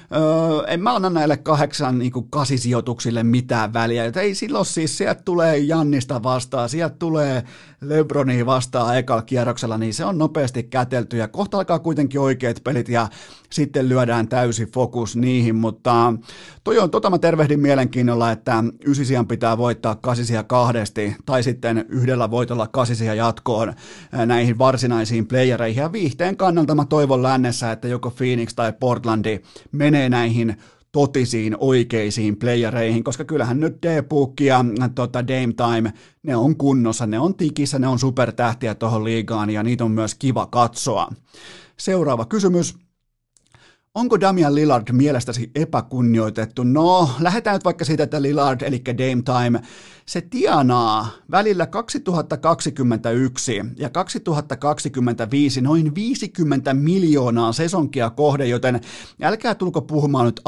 en mä anna näille 8 sijoituksille mitään väliä, että ei silloin siis, sieltä tulee Jannista vastaan, sieltä tulee LeBronia vastaan ekalla kierroksella, niin se on nopeasti kätelty ja kohta alkaa kuitenkin oikeat pelit ja sitten lyödään täysi fokus niihin, mutta mä tervehdin mielenkiinnolla, että 9 pitää voittaa 8 kahdesti tai sitten 1 voitolla 8 jatkoon näihin varsinaisiin playereihin ja viihteen kannalta mä toivon lännessä, että joko Phoenix tai Portlandi menee näihin totisiin oikeisiin playereihin, koska kyllähän nyt D-Book ja Dame Time, ne on kunnossa, ne on tikissä, ne on supertähtiä tuohon liigaan ja niitä on myös kiva katsoa. Seuraava kysymys. Onko Damian Lillard mielestäsi epäkunnioitettu? No, lähdetään nyt vaikka siitä, että Lillard, eli Dame Time, se tienaa välillä 2021 ja 2025 noin 50 miljoonaa sesonkia kohde, joten älkää tulko puhumaan nyt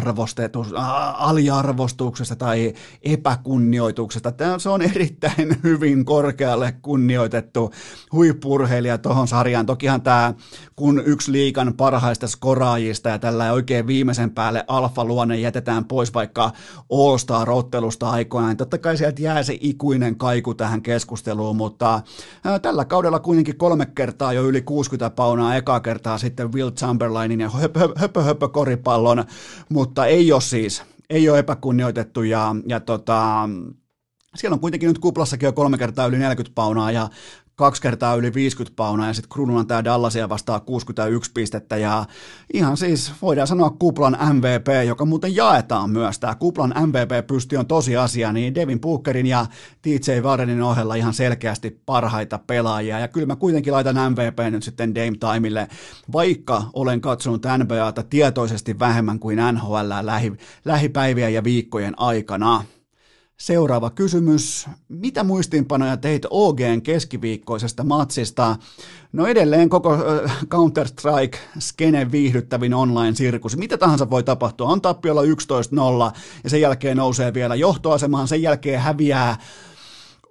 aliarvostuksesta tai epäkunnioituksesta. Se on erittäin hyvin korkealle kunnioitettu huippu-urheilija tuohon sarjaan. Tokihan tämä, kun yksi liigan parhaista skoraajista ja tällä oikein viimeisen päälle alfa-luonne jätetään pois vaikka All-Star-ottelusta aikoinaan, totta kai sieltä jää se ikuinen kaiku tähän keskusteluun, mutta tällä kaudella kuitenkin 3 kertaa jo yli 60 paunaa, ekaa kertaa sitten Will Chamberlainin ja höpö koripallon, mutta ei ole epäkunnioitettu ja siellä on kuitenkin nyt kuplassakin jo 3 kertaa yli 40 paunaa ja 2 kertaa yli 50 paunaa ja sitten kruununa tämä Dallasia vastaa 61 pistettä ja ihan siis voidaan sanoa kuplan MVP, joka muuten jaetaan myös. Tämä kuplan MVP-pysti on tosiasia, niin Devin Bookerin ja TJ Warrenin ohella ihan selkeästi parhaita pelaajia ja kyllä mä kuitenkin laitan MVP nyt sitten Dame Timelle, vaikka olen katsonut NBAta tietoisesti vähemmän kuin NHL lähipäivien ja viikkojen aikana. Seuraava kysymys. Mitä muistiinpanoja teit OGn keskiviikkoisesta matsista? No edelleen koko Counter-Strike-skenen viihdyttävin online-sirkus. Mitä tahansa voi tapahtua. On tappiolla 11-0 ja sen jälkeen nousee vielä johtoasemaan. Sen jälkeen häviää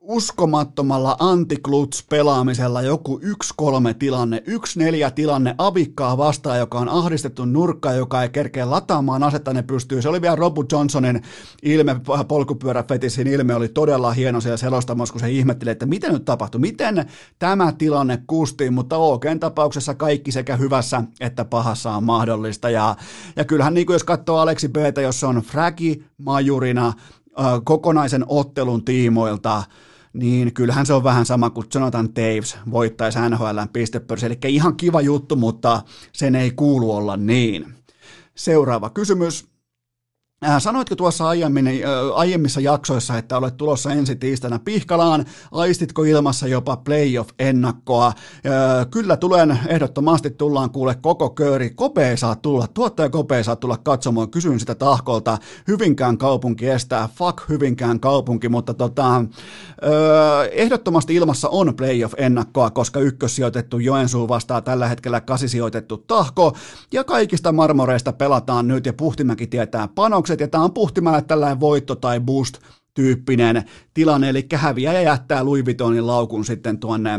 uskomattomalla anti-clutch-pelaamisella joku 1-3 tilanne, 1-4 tilanne avikkaa vastaan, joka on ahdistettu nurkka, joka ei kerkeä lataamaan asetta, ne pystyy. Se oli vielä Robu Johnsonin ilme, polkupyöräfetissin ilme oli todella hieno siellä selostamassa, kun se ihmetteli, että miten nyt tapahtui, miten tämä tilanne kustiin, mutta oikein tapauksessa kaikki sekä hyvässä että pahassa on mahdollista. Ja kyllähän niin kuin jos katsoo Aleksi B:tä, jos se on fragi majurina kokonaisen ottelun tiimoilta, niin kyllähän se on vähän sama kuin Jonathan Taves voittaisi NHL:n pistepörssi, eli ihan kiva juttu, mutta sen ei kuulu olla niin. Seuraava kysymys. Sanoitko tuossa aiemmissa jaksoissa, että olet tulossa ensi tiistaina Pihkalaan? Aistitko ilmassa jopa playoff-ennakkoa? Kyllä tulen, ehdottomasti tullaan kuule koko kööri. Kope saa tulla, tuottaja Kope saa tulla katsomaan. Kysyn sitä Tahkolta. Hyvinkään kaupunki estää, fuck Hyvinkään kaupunki, mutta ehdottomasti ilmassa on playoff-ennakkoa, koska ykkössijoitettu Joensuu vastaa tällä hetkellä 8-sijoitettu Tahko, ja kaikista marmoreista pelataan nyt, ja Puhtimäki tietää panokset, ja tämä on Puhtimäelle tällainen voitto tai boost-tyyppinen tilanne, eli häviäjä jättää Louis Vuittonin laukun sitten tuonne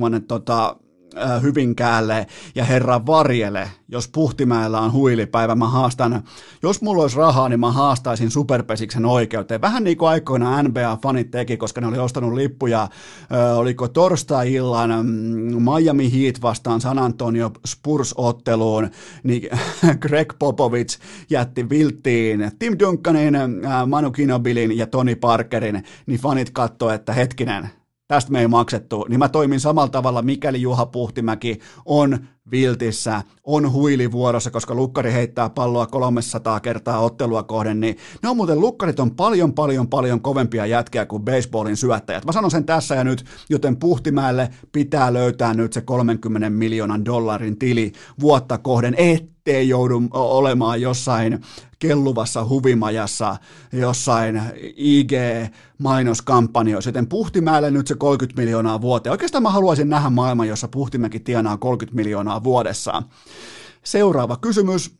Hyvinkäälle ja herra varjele, jos Puhtimäellä on huilipäivä, mä haastan, jos mulla olisi rahaa, niin mä haastaisin Superpesiksen oikeuteen. Vähän niin kuin aikoina NBA-fanit teki, koska ne oli ostanut lippuja, oliko torstai-illan Miami Heat vastaan San Antonio Spurs-otteluun, niin Greg Popovich jätti vilttiin Tim Duncanin, Manu Ginobilin ja Tony Parkerin, niin fanit katsoi, että hetkinen, tästä me ei maksettu, niin mä toimin samalla tavalla, mikäli Juha Puhtimäki on viltissä, on huilivuorossa, koska lukkari heittää palloa 300 kertaa ottelua kohden, niin ne on muuten, lukkarit on paljon kovempia jätkiä kuin baseballin syöttäjät. Mä sanon sen tässä ja nyt, joten Puhtimäelle pitää löytää nyt se 30 miljoonan dollarin tili vuotta kohden, ettei joudu olemaan jossain kelluvassa huvimajassa, jossain IG-mainoskampanjoissa, joten Puhtimäelle nyt se 30 miljoonaa vuoteen. Oikeastaan mä haluaisin nähdä maailman, jossa Puhtimäki tienaa 30 miljoonaa vuodessa. Seuraava kysymys.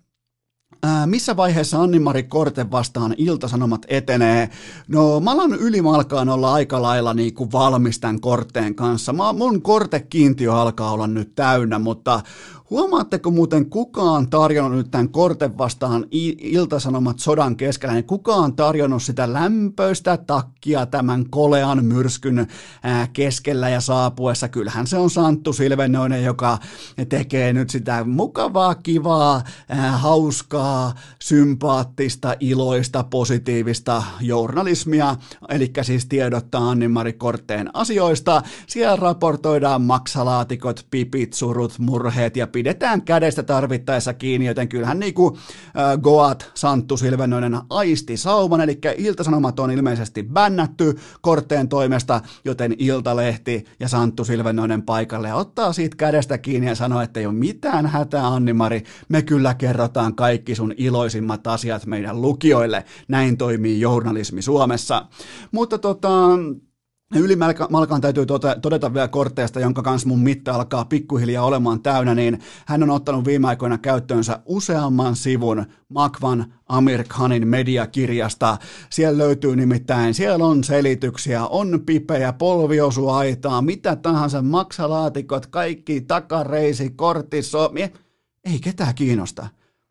Missä vaiheessa Anni-Mari Korte vastaan Ilta-Sanomat etenee? No mä alan ylimalkaan olla aika lailla niin kuin valmis tämän Korteen kanssa. Mun Korte-kiintiö alkaa olla nyt täynnä, mutta huomaatteko muuten kukaan tarjonnut nyt tämän Korten vastaan Ilta-Sanomat sodan keskellä, niin kukaan tarjonnut sitä lämpöistä takkia tämän kolean myrskyn keskellä ja saapuessa? Kyllähän se on Santtu Silvennoinen, joka tekee nyt sitä mukavaa, kivaa, hauskaa, sympaattista, iloista, positiivista journalismia, eli siis tiedottaa Anni-Mari Korteen asioista. Siellä raportoidaan maksalaatikot, pipit, surut, murheet ja pidetään kädestä tarvittaessa kiinni, joten kyllähän niin kuin Goat Santtu Silvennoinen aisti sauman, eli Ilta-Sanomat on ilmeisesti bännätty Korteen toimesta, joten Iltalehti ja Santtu Silvennoinen paikalle ja ottaa siitä kädestä kiinni ja sanoo, että ei ole mitään hätää, Anni-Mari, me kyllä kerrotaan kaikki sun iloisimmat asiat meidän lukijoille. Näin toimii journalismi Suomessa. Mutta ylimalkaan täytyy todeta vielä Korteesta, jonka kanssa mun mitta alkaa pikkuhiljaa olemaan täynnä, niin hän on ottanut viime aikoina käyttöönsä useamman sivun Makvan Amir Khanin mediakirjasta. Siellä löytyy nimittäin, siellä on selityksiä, on pipejä, polviosuaitaa, mitä tahansa, maksalaatikot, kaikki, takareisi, korttisomi, ei ketään kiinnosta.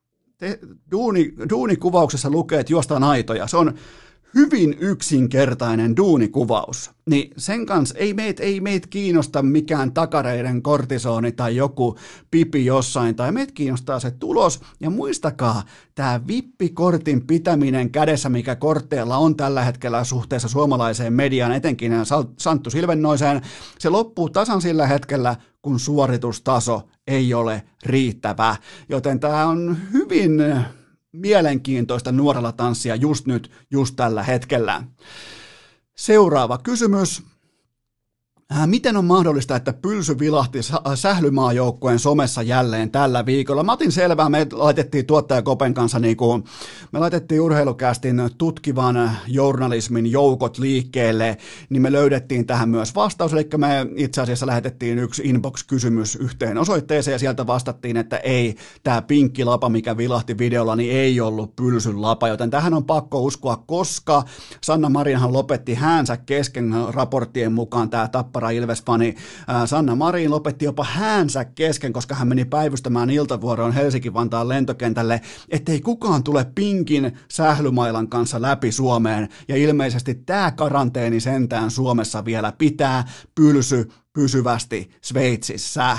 Duunikuvauksessa lukee, että juostaan aitoja. Se on hyvin yksinkertainen duunikuvaus. Niin sen kanssa ei meitä kiinnosta mikään takareiden kortisoni tai joku pipi jossain, tai meitä kiinnostaa se tulos. Ja muistakaa, tämä vippikortin pitäminen kädessä, mikä Kortteella on tällä hetkellä suhteessa suomalaiseen mediaan, etenkin Santtu Silvennoiseen, se loppuu tasan sillä hetkellä, kun suoritustaso ei ole riittävä. Joten tämä on hyvin mielenkiintoista nuorella tanssia just nyt, just tällä hetkellä. Seuraava kysymys. Miten on mahdollista, että Pylsy vilahti sählymaajoukkueen somessa jälleen tällä viikolla? Mä otin selvää, me laitettiin tuottaja Kopen kanssa, me laitettiin Urheilukästin tutkivan journalismin joukot liikkeelle, niin me löydettiin tähän myös vastaus, eli me itse asiassa lähetettiin yksi inbox-kysymys yhteen osoitteeseen, ja sieltä vastattiin, että ei, tämä pinkki lapa, mikä vilahti videolla, niin ei ollut Pylsyn lapa, joten tähän on pakko uskoa, koska Sanna Marinhan lopetti häänsä kesken raporttien mukaan, tämä Tappara Ilves-fani Sanna Marin lopetti jopa häänsä kesken, koska hän meni päivystämään iltavuoroon Helsinki-Vantaan lentokentälle, ettei kukaan tule pinkin sählymailan kanssa läpi Suomeen, ja ilmeisesti tämä karanteeni sentään Suomessa vielä pitää, Pylsy pysyvästi Sveitsissä.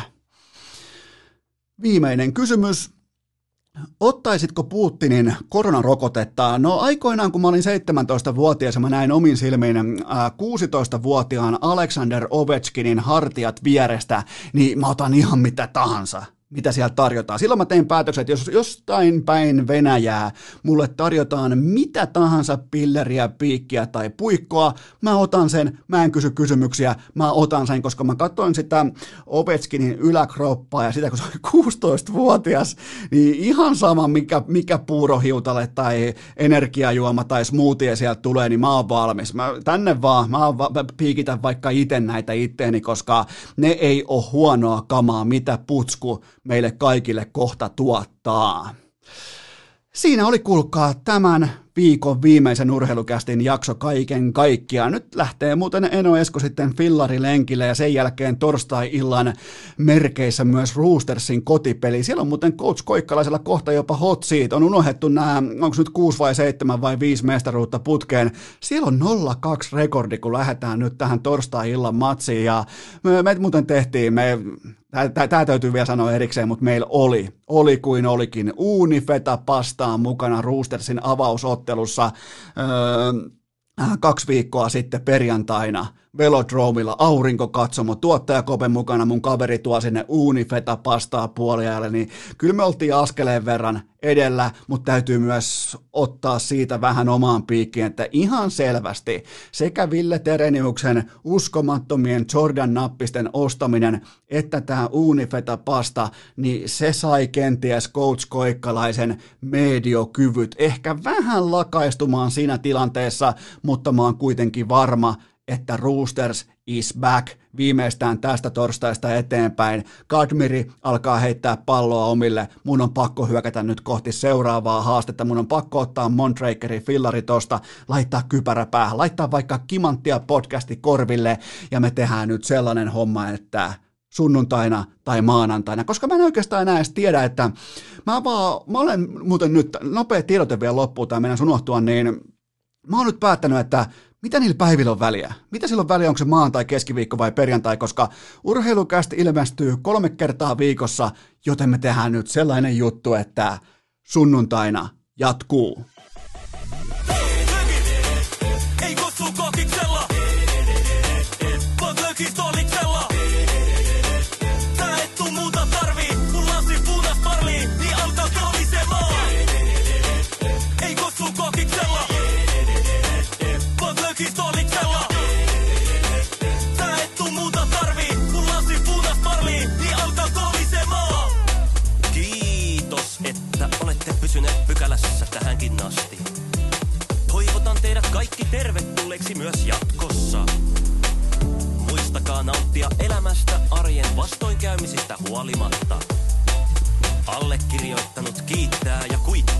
Viimeinen kysymys. Ottaisitko Putinin koronarokotetta? No aikoinaan, kun mä olin 17-vuotias ja mä näin omin silmin 16-vuotiaan Alexander Ovechkinin hartiat vierestä, niin mä otan ihan mitä tahansa, mitä sieltä tarjotaan. Silloin mä tein päätöksen, että jos jostain päin Venäjää mulle tarjotaan mitä tahansa pilleriä, piikkiä tai puikkoa, mä otan sen, mä en kysy kysymyksiä, mä otan sen, koska mä katsoin sitä Ovechkinin yläkroppaa ja sitä, kun se oli 16-vuotias, niin ihan sama mikä puurohiutale tai energiajuoma tai smoothie sieltä tulee, niin mä oon valmis. Mä piikitän vaikka itse näitä itteeni, koska ne ei ole huonoa kamaa, mitä putsku meille kaikille kohta tuottaa. Siinä oli, kuulkaa, tämän viikon viimeisen Urheilukästin jakso kaiken kaikkiaan. Nyt lähtee muuten Eno Esko sitten fillarilenkille ja sen jälkeen torstai-illan merkeissä myös Roostersin kotipeli. Siellä on muuten Coach Koikkalaisella kohta jopa hot seat. On unohdettu nämä, onko nyt 6 vai 7 vai 5 mestaruutta putkeen. Siellä on 0-2 rekordi, kun lähdetään nyt tähän torstai-illan matsiin. Ja me muuten tehtiin, tämä täytyy vielä sanoa erikseen, mutta meillä oli kuin olikin uunifeta pastaan mukana Roostersin avausottelussa 2 viikkoa sitten perjantaina Velodromilla, aurinkokatsomo, tuottaja Kopen mukana, mun kaveri tuo sinne uunifeta pastaa puoliajalle, niin kyllä me oltiin askeleen verran edellä, mutta täytyy myös ottaa siitä vähän omaan piikkiin, että ihan selvästi sekä Ville Tereniuksen uskomattomien Jordan-nappisten ostaminen, että tämä uunifeta pasta, niin se sai kenties Coach Koikkalaisen mediokyvyt ehkä vähän lakaistumaan siinä tilanteessa, mutta mä oon kuitenkin varma, että Roosters is back viimeistään tästä torstaista eteenpäin. Kadmiri alkaa heittää palloa omille. Mun on pakko hyökätä nyt kohti seuraavaa haastetta. Mun on pakko ottaa Montrakerin fillari tosta, laittaa kypärä päähän, laittaa vaikka Kimanttia podcasti korville ja me tehdään nyt sellainen homma, että sunnuntaina tai maanantaina, koska mä en oikeastaan enää edes tiedä, että mä olen muuten nyt, nopea tiedote vielä loppuun tai mennään unohtua, niin mä oon nyt päättänyt, että mitä niillä päivillä on väliä? Mitä sillä on väliä, onko se maanantai, keskiviikko vai perjantai, koska Urheilukästi ilmestyy 3 kertaa viikossa, joten me tehdään nyt sellainen juttu, että sunnuntaina jatkuu. Ei kutsu kokiksella, vaan lökis toliksella. Sä et tuu muuta tarvii, kun lasi puutas parlii, niin alkaa kolisemaan. Ei kutsu kokiksella. Toliksella. Sä et tuu muuta tarvii, kun lasi puutas parlii, niin alkaa kolisemaan. Kiitos, että olette pysyneet pykälässä tähänkin asti. Toivotan teidät kaikki tervetulleeksi myös jatkossa. Muistakaa nauttia elämästä arjen vastoinkäymisistä huolimatta. Allekirjoittanut kiittää ja kuittaa.